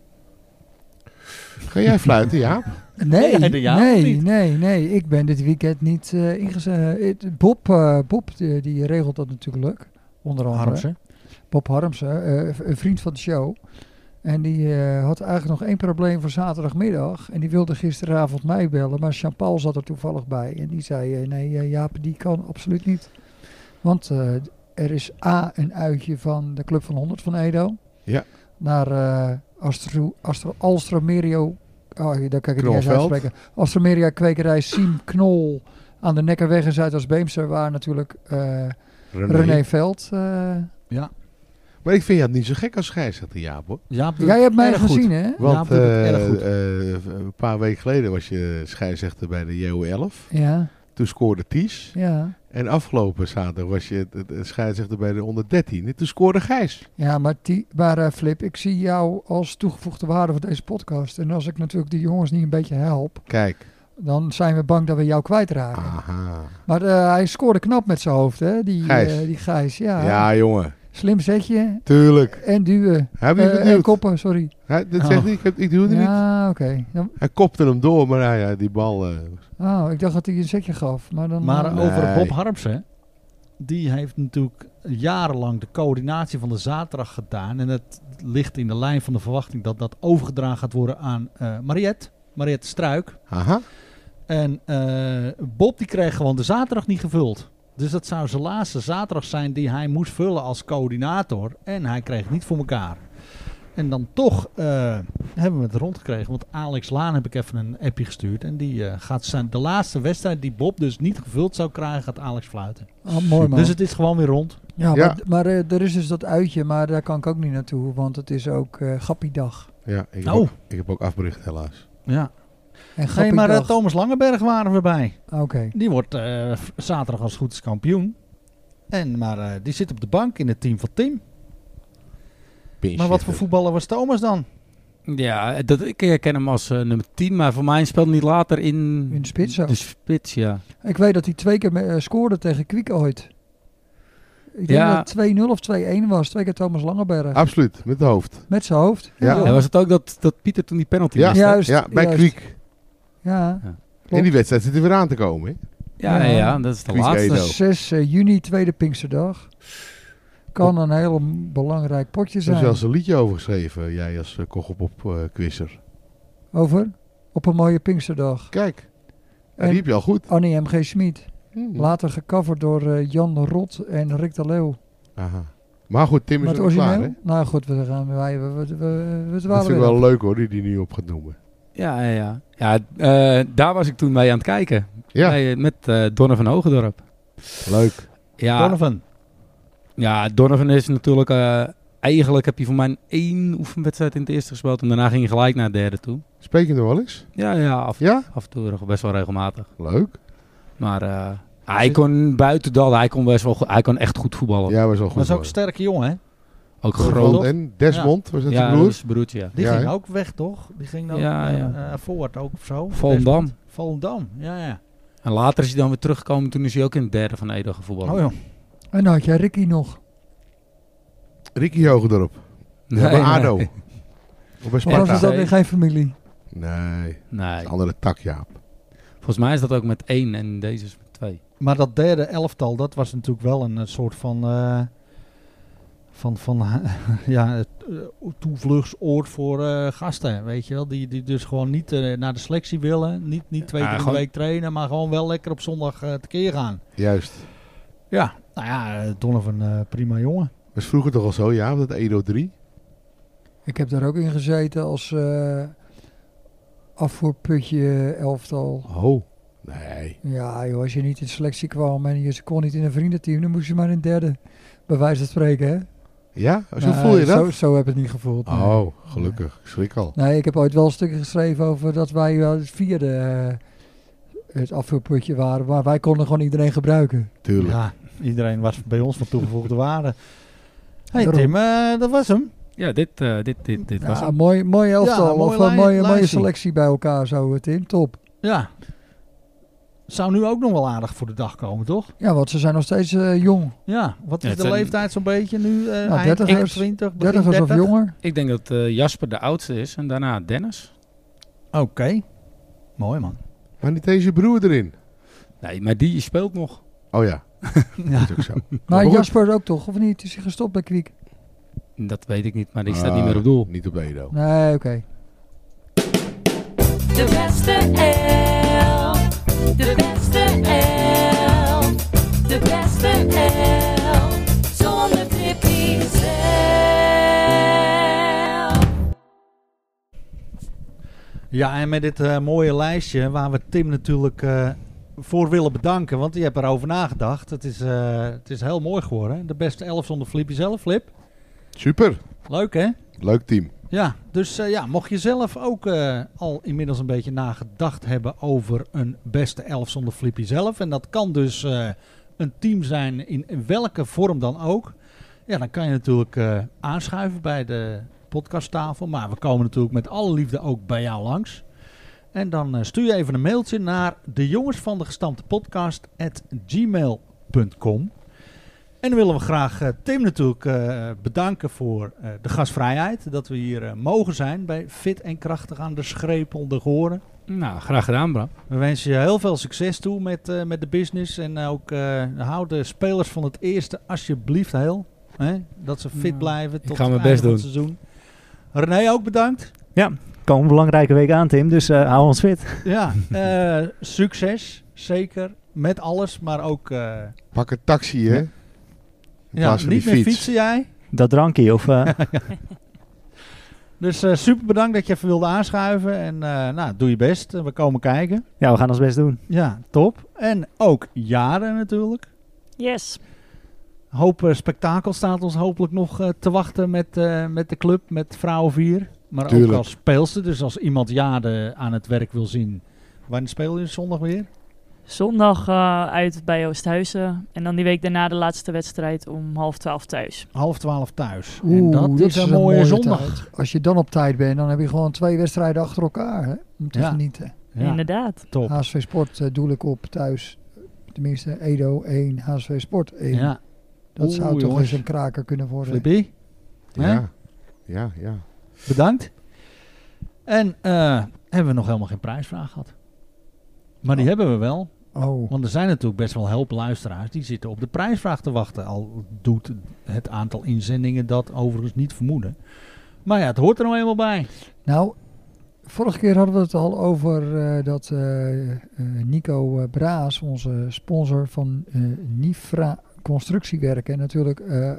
Ga jij fluiten, ja? Nee, jij de ja of nee, niet? nee, nee. Ik ben dit weekend niet uh, ingezet. Bob, uh, Bob die, die regelt dat natuurlijk. Onder andere. Harmsen. Bob Harmsen, uh, een vriend van de show. En die uh, had eigenlijk nog één probleem voor zaterdagmiddag. En die wilde gisteravond mij bellen. Maar Jean-Paul zat er toevallig bij. En die zei, uh, nee uh, Jaap, die kan absoluut niet. Want uh, er is A, een uitje van de Club van honderd van Edo. Ja. Naar uh, Astro, Astro, Alstromerio. Oh, daar kan ik het niet eens Knolveld. uitspreken. Alstromeria kwekerij Siem Knol aan de Nekkerweg in Zuidoost-Beemster. Waar natuurlijk uh, René. René Veld... Uh, Ja. Maar ik vind je het niet zo gek als scheidsrechter, Jaap, hoor. Jaap doet jij hebt mij erg goed. gezien, hè? Jaap Want doet het eh, erg goed. eh, een paar weken geleden was je scheidsrechter bij de J O elf. Ja, Toen scoorde Ties. ja. En afgelopen zaterdag was je het, het, het scheidsrechter bij de onder dertien. En toen scoorde Gijs. Ja, maar, die, maar uh, Flip, ik zie jou als toegevoegde waarde van deze podcast. En als ik natuurlijk die jongens niet een beetje help, Kijk. dan zijn we bang dat we jou kwijtraken. Aha. Maar uh, hij scoorde knap met zijn hoofd, hè? Die Gijs. Uh, die Gijs, ja. Ja, jongen. Slim zetje Tuurlijk. en duwen. Heb je Uh, en geduwd? koppen, sorry. Hij, dat Oh. zegt hij, ik, heb- ik duwde niet. Ja, oké. Okay. Dan- Hij kopte hem door, maar nou ja, die bal... eh, Oh, ik dacht dat hij een zetje gaf. Maar, dan, Maar uh, uh, over Nee. Bob Harmsen, die heeft natuurlijk jarenlang de coördinatie van de zaterdag gedaan. En het ligt in de lijn van de verwachting dat dat overgedragen gaat worden aan uh, Mariette. Mariette Struik. aha. En uh, Bob die kreeg gewoon de zaterdag niet gevuld. Dus dat zou zijn laatste zaterdag zijn die hij moest vullen als coördinator. En hij kreeg het niet voor elkaar. En dan toch uh, hebben we het rondgekregen. Want Alex Laan heb ik even een appje gestuurd. En die uh, gaat zijn, de laatste wedstrijd die Bob dus niet gevuld zou krijgen, gaat Alex fluiten. Oh, mooi man. Dus het is gewoon weer rond. Ja, Ja. maar, maar uh, er is dus dat uitje, maar daar kan ik ook niet naartoe. Want het is ook uh, Gappiedag. Ja, ik heb, Oh. ook, ik heb ook afbericht helaas. Ja. En Nee, maar uh, Gappiedag... Thomas Langeberg waren we bij. Oké. Die wordt uh, zaterdag als het goed is kampioen. En, maar uh, die zit op de bank in het team van Tim. Maar wat voor voetballer was Thomas dan? Ja, dat, ik herken hem als uh, nummer tien, maar voor mij speelde hij niet later in, In de spits zo. de spits, ja. Ik weet dat hij twee keer me- uh, scoorde tegen Kwiek ooit. Ik denk Ja. dat het twee nul of twee-een was. Twee keer Thomas Langeberg. Absoluut, met de hoofd. Met zijn hoofd. Ja. Ja, was het ook dat, dat Pieter toen die penalty Ja. miste? Juist. Ja, bij juist. Kwiek. Ja. En die wedstrijd zit er weer aan te komen. Hè? Ja, ja, Ja. ja, dat is de Kwiek laatste. Edo. zes uh, juni, tweede Pinksterdag. Kan een heel belangrijk potje Er is zijn. zelfs een liedje over geschreven, jij als uh, Kogelpop-quizzer. Over? Op een mooie Pinksterdag. Kijk, En die heb je al goed. Annie M G. Smit. Hmm. Later gecoverd door uh, Jan Rot en Rick de Leeuw. Aha. Maar goed, Tim is Met nog niet klaar, hè? origineel? Nou goed, we gaan wij, we, we, we, we Dat dwalen vind ik weer wel af. leuk hoor, die die nu op gaat noemen. Ja, ja, ja. ja uh, daar was ik toen mee aan het kijken. Ja, Bij, met uh, Donner van Hogendorp. leuk. Ja, Donovan. ja, Donovan is natuurlijk... Uh, eigenlijk heb je voor mij één oefenwedstrijd in het eerste gespeeld. En daarna ging je gelijk naar het derde toe. Spreek je nog wel eens? Ja, ja, af, Ja? af en toe best wel regelmatig. Leuk. Maar uh, hij kon buiten dat, hij kon best wel goed, hij kon echt goed voetballen. Ja, was wel goed. Dat is ook hoor. een sterke jongen, hè? Ook Donovan groot. En Desmond, was dat Ja, zijn dat broer? is zijn broertje, ja. Die Ja, ging hè? ook weg, toch? Die ging dan Ja, uh, ja. uh, voort ook of zo. Volendam. Volendam, ja, ja. En later is hij dan weer teruggekomen. Toen is hij ook in het derde van Edo gevoetbald. Oh joh. En dan had jij Ricky nog. Ricky Hogendorp. Nee, Ja, bij nee. ADO. Of bij Of Sparta. was het dan weer geen familie? Nee, dat Nee. is een andere tak, Jaap. Volgens mij is dat ook met één en deze is met twee. Maar dat derde elftal, dat was natuurlijk wel een, eh, soort van... eh, van, van ja, het, eh, toevluchtsoord voor eh, gasten, weet je wel. Die, die dus gewoon niet eh, naar de selectie willen. Niet, niet twee Ja, keer in de gewoon- week trainen, maar gewoon wel lekker op zondag uh, tekeer gaan. Juist. Ja, nou ja, uh, Donovan, uh, prima jongen. Was vroeger toch al zo, Jaap, dat Edo drie? Ik heb daar ook in gezeten als uh, afvoerputje elftal. Oh, nee. Ja, joh, als je niet in de selectie kwam en je kon niet in een vriendenteam, dan moest je maar in derde. Bij wijze van spreken, hè? Ja? Zo Nee, voel je dat? Zo, zo heb ik het niet gevoeld. Nee. Oh, gelukkig. Schrik al. Nee, ik heb ooit wel een stukje geschreven over dat wij wel het vierde uh, het afvoerputje waren. Maar wij konden gewoon iedereen gebruiken. Tuurlijk. Ja, iedereen was bij ons van toegevoegde waarde. Hey Daarom. Tim, uh, dat was hem. Ja, dit, uh, dit, dit, dit was Ja, hem. mooi, mooi elftal. Ja, mooi of een lijn- mooie, mooie lijstje. selectie bij elkaar zo, Tim. Top. Ja. Zou nu ook nog wel aardig voor de dag komen, toch? Ja, want ze zijn nog steeds uh, jong. Ja, wat Ja, is het de zijn- leeftijd zo'n beetje nu? Uh, Nou, eind dertigers. twintig, begin dertigers of dertig? jonger. Ik denk dat uh, Jasper de oudste is en daarna Dennis. Oké. Okay. Mooi man. Maar niet eens je broer erin. Nee, maar die speelt nog. Oh ja, Ja. dat is ook zo. Maar goed. Jasper ook toch, of niet? Is hij gestopt bij Kwiek? Dat weet ik niet, maar die staat Ah, niet meer op doel. Niet op de Edo. Nee, oké. Okay. De beste elf. De beste elf. De beste elf. Zonder Tippy zelf. Ja, en met dit uh, mooie lijstje waar we Tim natuurlijk uh, voor willen bedanken. Want die heeft erover nagedacht. Het is, uh, het is heel mooi geworden. De beste elf zonder Flippy zelf, Flip. Super. Leuk hè? Leuk team. Ja, dus uh, ja, mocht je zelf ook uh, al inmiddels een beetje nagedacht hebben over een beste elf zonder Flippy zelf. En dat kan dus uh, een team zijn in, in welke vorm dan ook. Ja, dan kan je natuurlijk uh, aanschuiven bij de podcasttafel. Maar we komen natuurlijk met alle liefde ook bij jou langs. En dan uh, stuur je even een mailtje naar de jongens van de gestampte podcast at gmail punt com. En dan willen we graag uh, Tim natuurlijk uh, bedanken voor uh, de gastvrijheid. Dat we hier uh, mogen zijn bij Fit en Krachtig aan de Schrepel de Goren. Nou, graag gedaan, Bram. We wensen je heel veel succes toe met, uh, met de business. En ook uh, hou de spelers van het eerste alsjeblieft heel. Hè? Dat ze fit Ja. blijven tot ga het mijn einde best van het doen. seizoen. René ook bedankt. Ja, komen een belangrijke week aan, Tim. Dus uh, hou ons fit. Ja, uh, succes. Zeker. Met alles, maar ook... Uh, Pak een taxi, hè? In ja, plaats van niet die meer fiets. fietsen jij. Dat drankje of... Uh, Dus uh, super bedankt dat je even wilde aanschuiven. En uh, nou, doe je best. We komen kijken. ja, we gaan ons best doen. Ja, top. En ook jaren natuurlijk. Yes. Een hoop uh, spektakel staat ons hopelijk nog uh, te wachten met, uh, met de club, met Vrouwen vier. Maar Tuurlijk. ook als speelster. Dus als iemand jaren aan het werk wil zien. Wanneer speel je zondag weer? Zondag uh, uit bij Oosthuizen. En dan die week daarna de laatste wedstrijd om half twaalf thuis. Half twaalf thuis. Oeh, en dat, dat is een mooie, zondag. tijd. Als je dan op tijd bent, dan heb je gewoon twee wedstrijden achter elkaar. Hè? Om te Ja. genieten. Ja, Inderdaad. top. H S V Sport uh, doel ik op thuis. Tenminste, Edo één, H S V Sport één. Ja. Dat Oeh, zou toch jongens. eens een kraker kunnen worden. Flippy, Hè? Ja, ja, ja. bedankt. En uh, hebben we nog helemaal geen prijsvraag gehad. Maar die Oh. hebben we wel. Oh, Want er zijn natuurlijk best wel heel veel luisteraars die zitten op de prijsvraag te wachten. Al doet het aantal inzendingen dat overigens niet vermoeden. Maar ja, het hoort er nou eenmaal bij. nou, vorige keer hadden we het al over uh, dat uh, uh, Nico uh, Braas, onze sponsor van uh, Nifra Constructiewerken, en natuurlijk uh,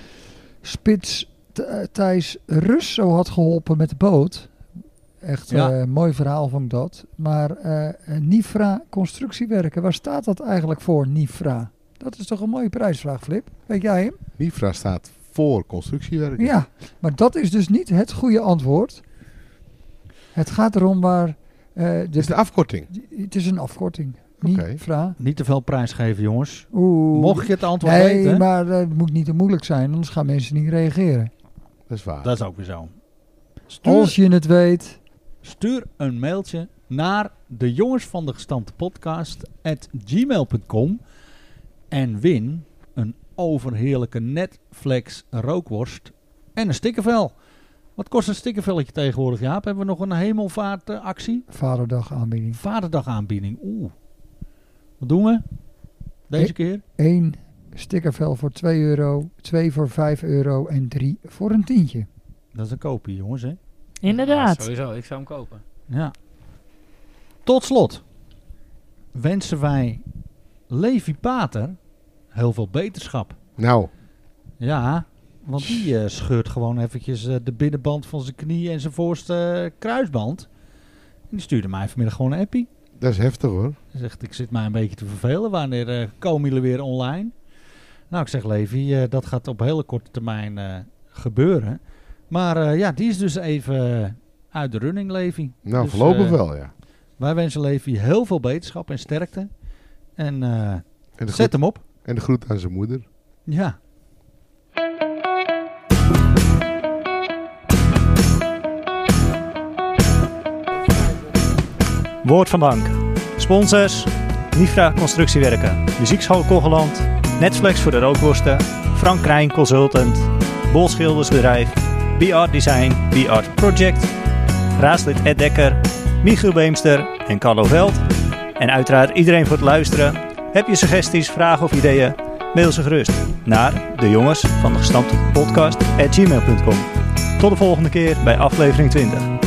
Spits Th- Thijs Rus zo had geholpen met de boot. Echt Ja. een mooi verhaal vond ik dat. Maar uh, Nifra Constructiewerken, waar staat dat eigenlijk voor, Nifra? Dat is toch een mooie prijsvraag, Flip? Weet jij hem? Nifra staat voor constructiewerken. Ja, maar dat is dus niet het goede antwoord. Het gaat erom waar... Uh, de, Is de afkorting? het is een afkorting. Oké. Nifra. Niet te veel prijs geven, jongens. Oeh. Mocht je het antwoord Nee, weten, maar uh, het moet niet te moeilijk zijn, anders gaan mensen niet reageren. Dat is waar. dat is ook weer zo. Stuur, Als je het weet... stuur een mailtje naar de jongens van de gestampte podcast at gmail punt com en win een overheerlijke Netflix rookworst en een stickervel. Wat kost een stickervelletje tegenwoordig, Jaap? Hebben we nog een hemelvaartactie? Vaderdag aanbieding. Vaderdag aanbieding. Oeh. Wat doen we? Deze Ik- keer? Eén stickervel voor twee euro, twee voor vijf euro en drie voor een tientje. Dat is een kopie, jongens, hè? Inderdaad. Ja, sowieso, ik zou hem kopen. Ja. Tot slot wensen wij Levi Pater heel veel beterschap. Nou, Ja, want die eh, scheurt gewoon eventjes eh, de binnenband van zijn knie en zijn voorste eh, kruisband. En die stuurde mij vanmiddag gewoon een appie. dat is heftig hoor. Hij zegt, ik zit mij een beetje te vervelen. Wanneer eh, komen jullie weer online? Nou, ik zeg, Levi, eh, dat gaat op hele korte termijn eh, gebeuren. Maar eh, ja, die is dus even eh, uit de running, Levi. Nou, Dus, voorlopig eh, wel, ja. Wij wensen Levi heel veel beterschap en sterkte. En eh, En de, zet groet, hem op. en de groet aan zijn moeder. Ja. Woord van dank. Sponsors: Nifra Constructiewerken, Muziekschool Kogeland, Netflix voor de rookworsten, Frank Krijn Consultant, Bol Schildersbedrijf, B-Art Design, B-Art Project, raadslid Ed Dekker, Michiel Beemster en Carlo Veld. En uiteraard iedereen voor het luisteren. Heb je suggesties, vragen of ideeën? Mail ze gerust naar de jongens van de gestampte podcast at gmail punt com. Tot de volgende keer bij aflevering twintig.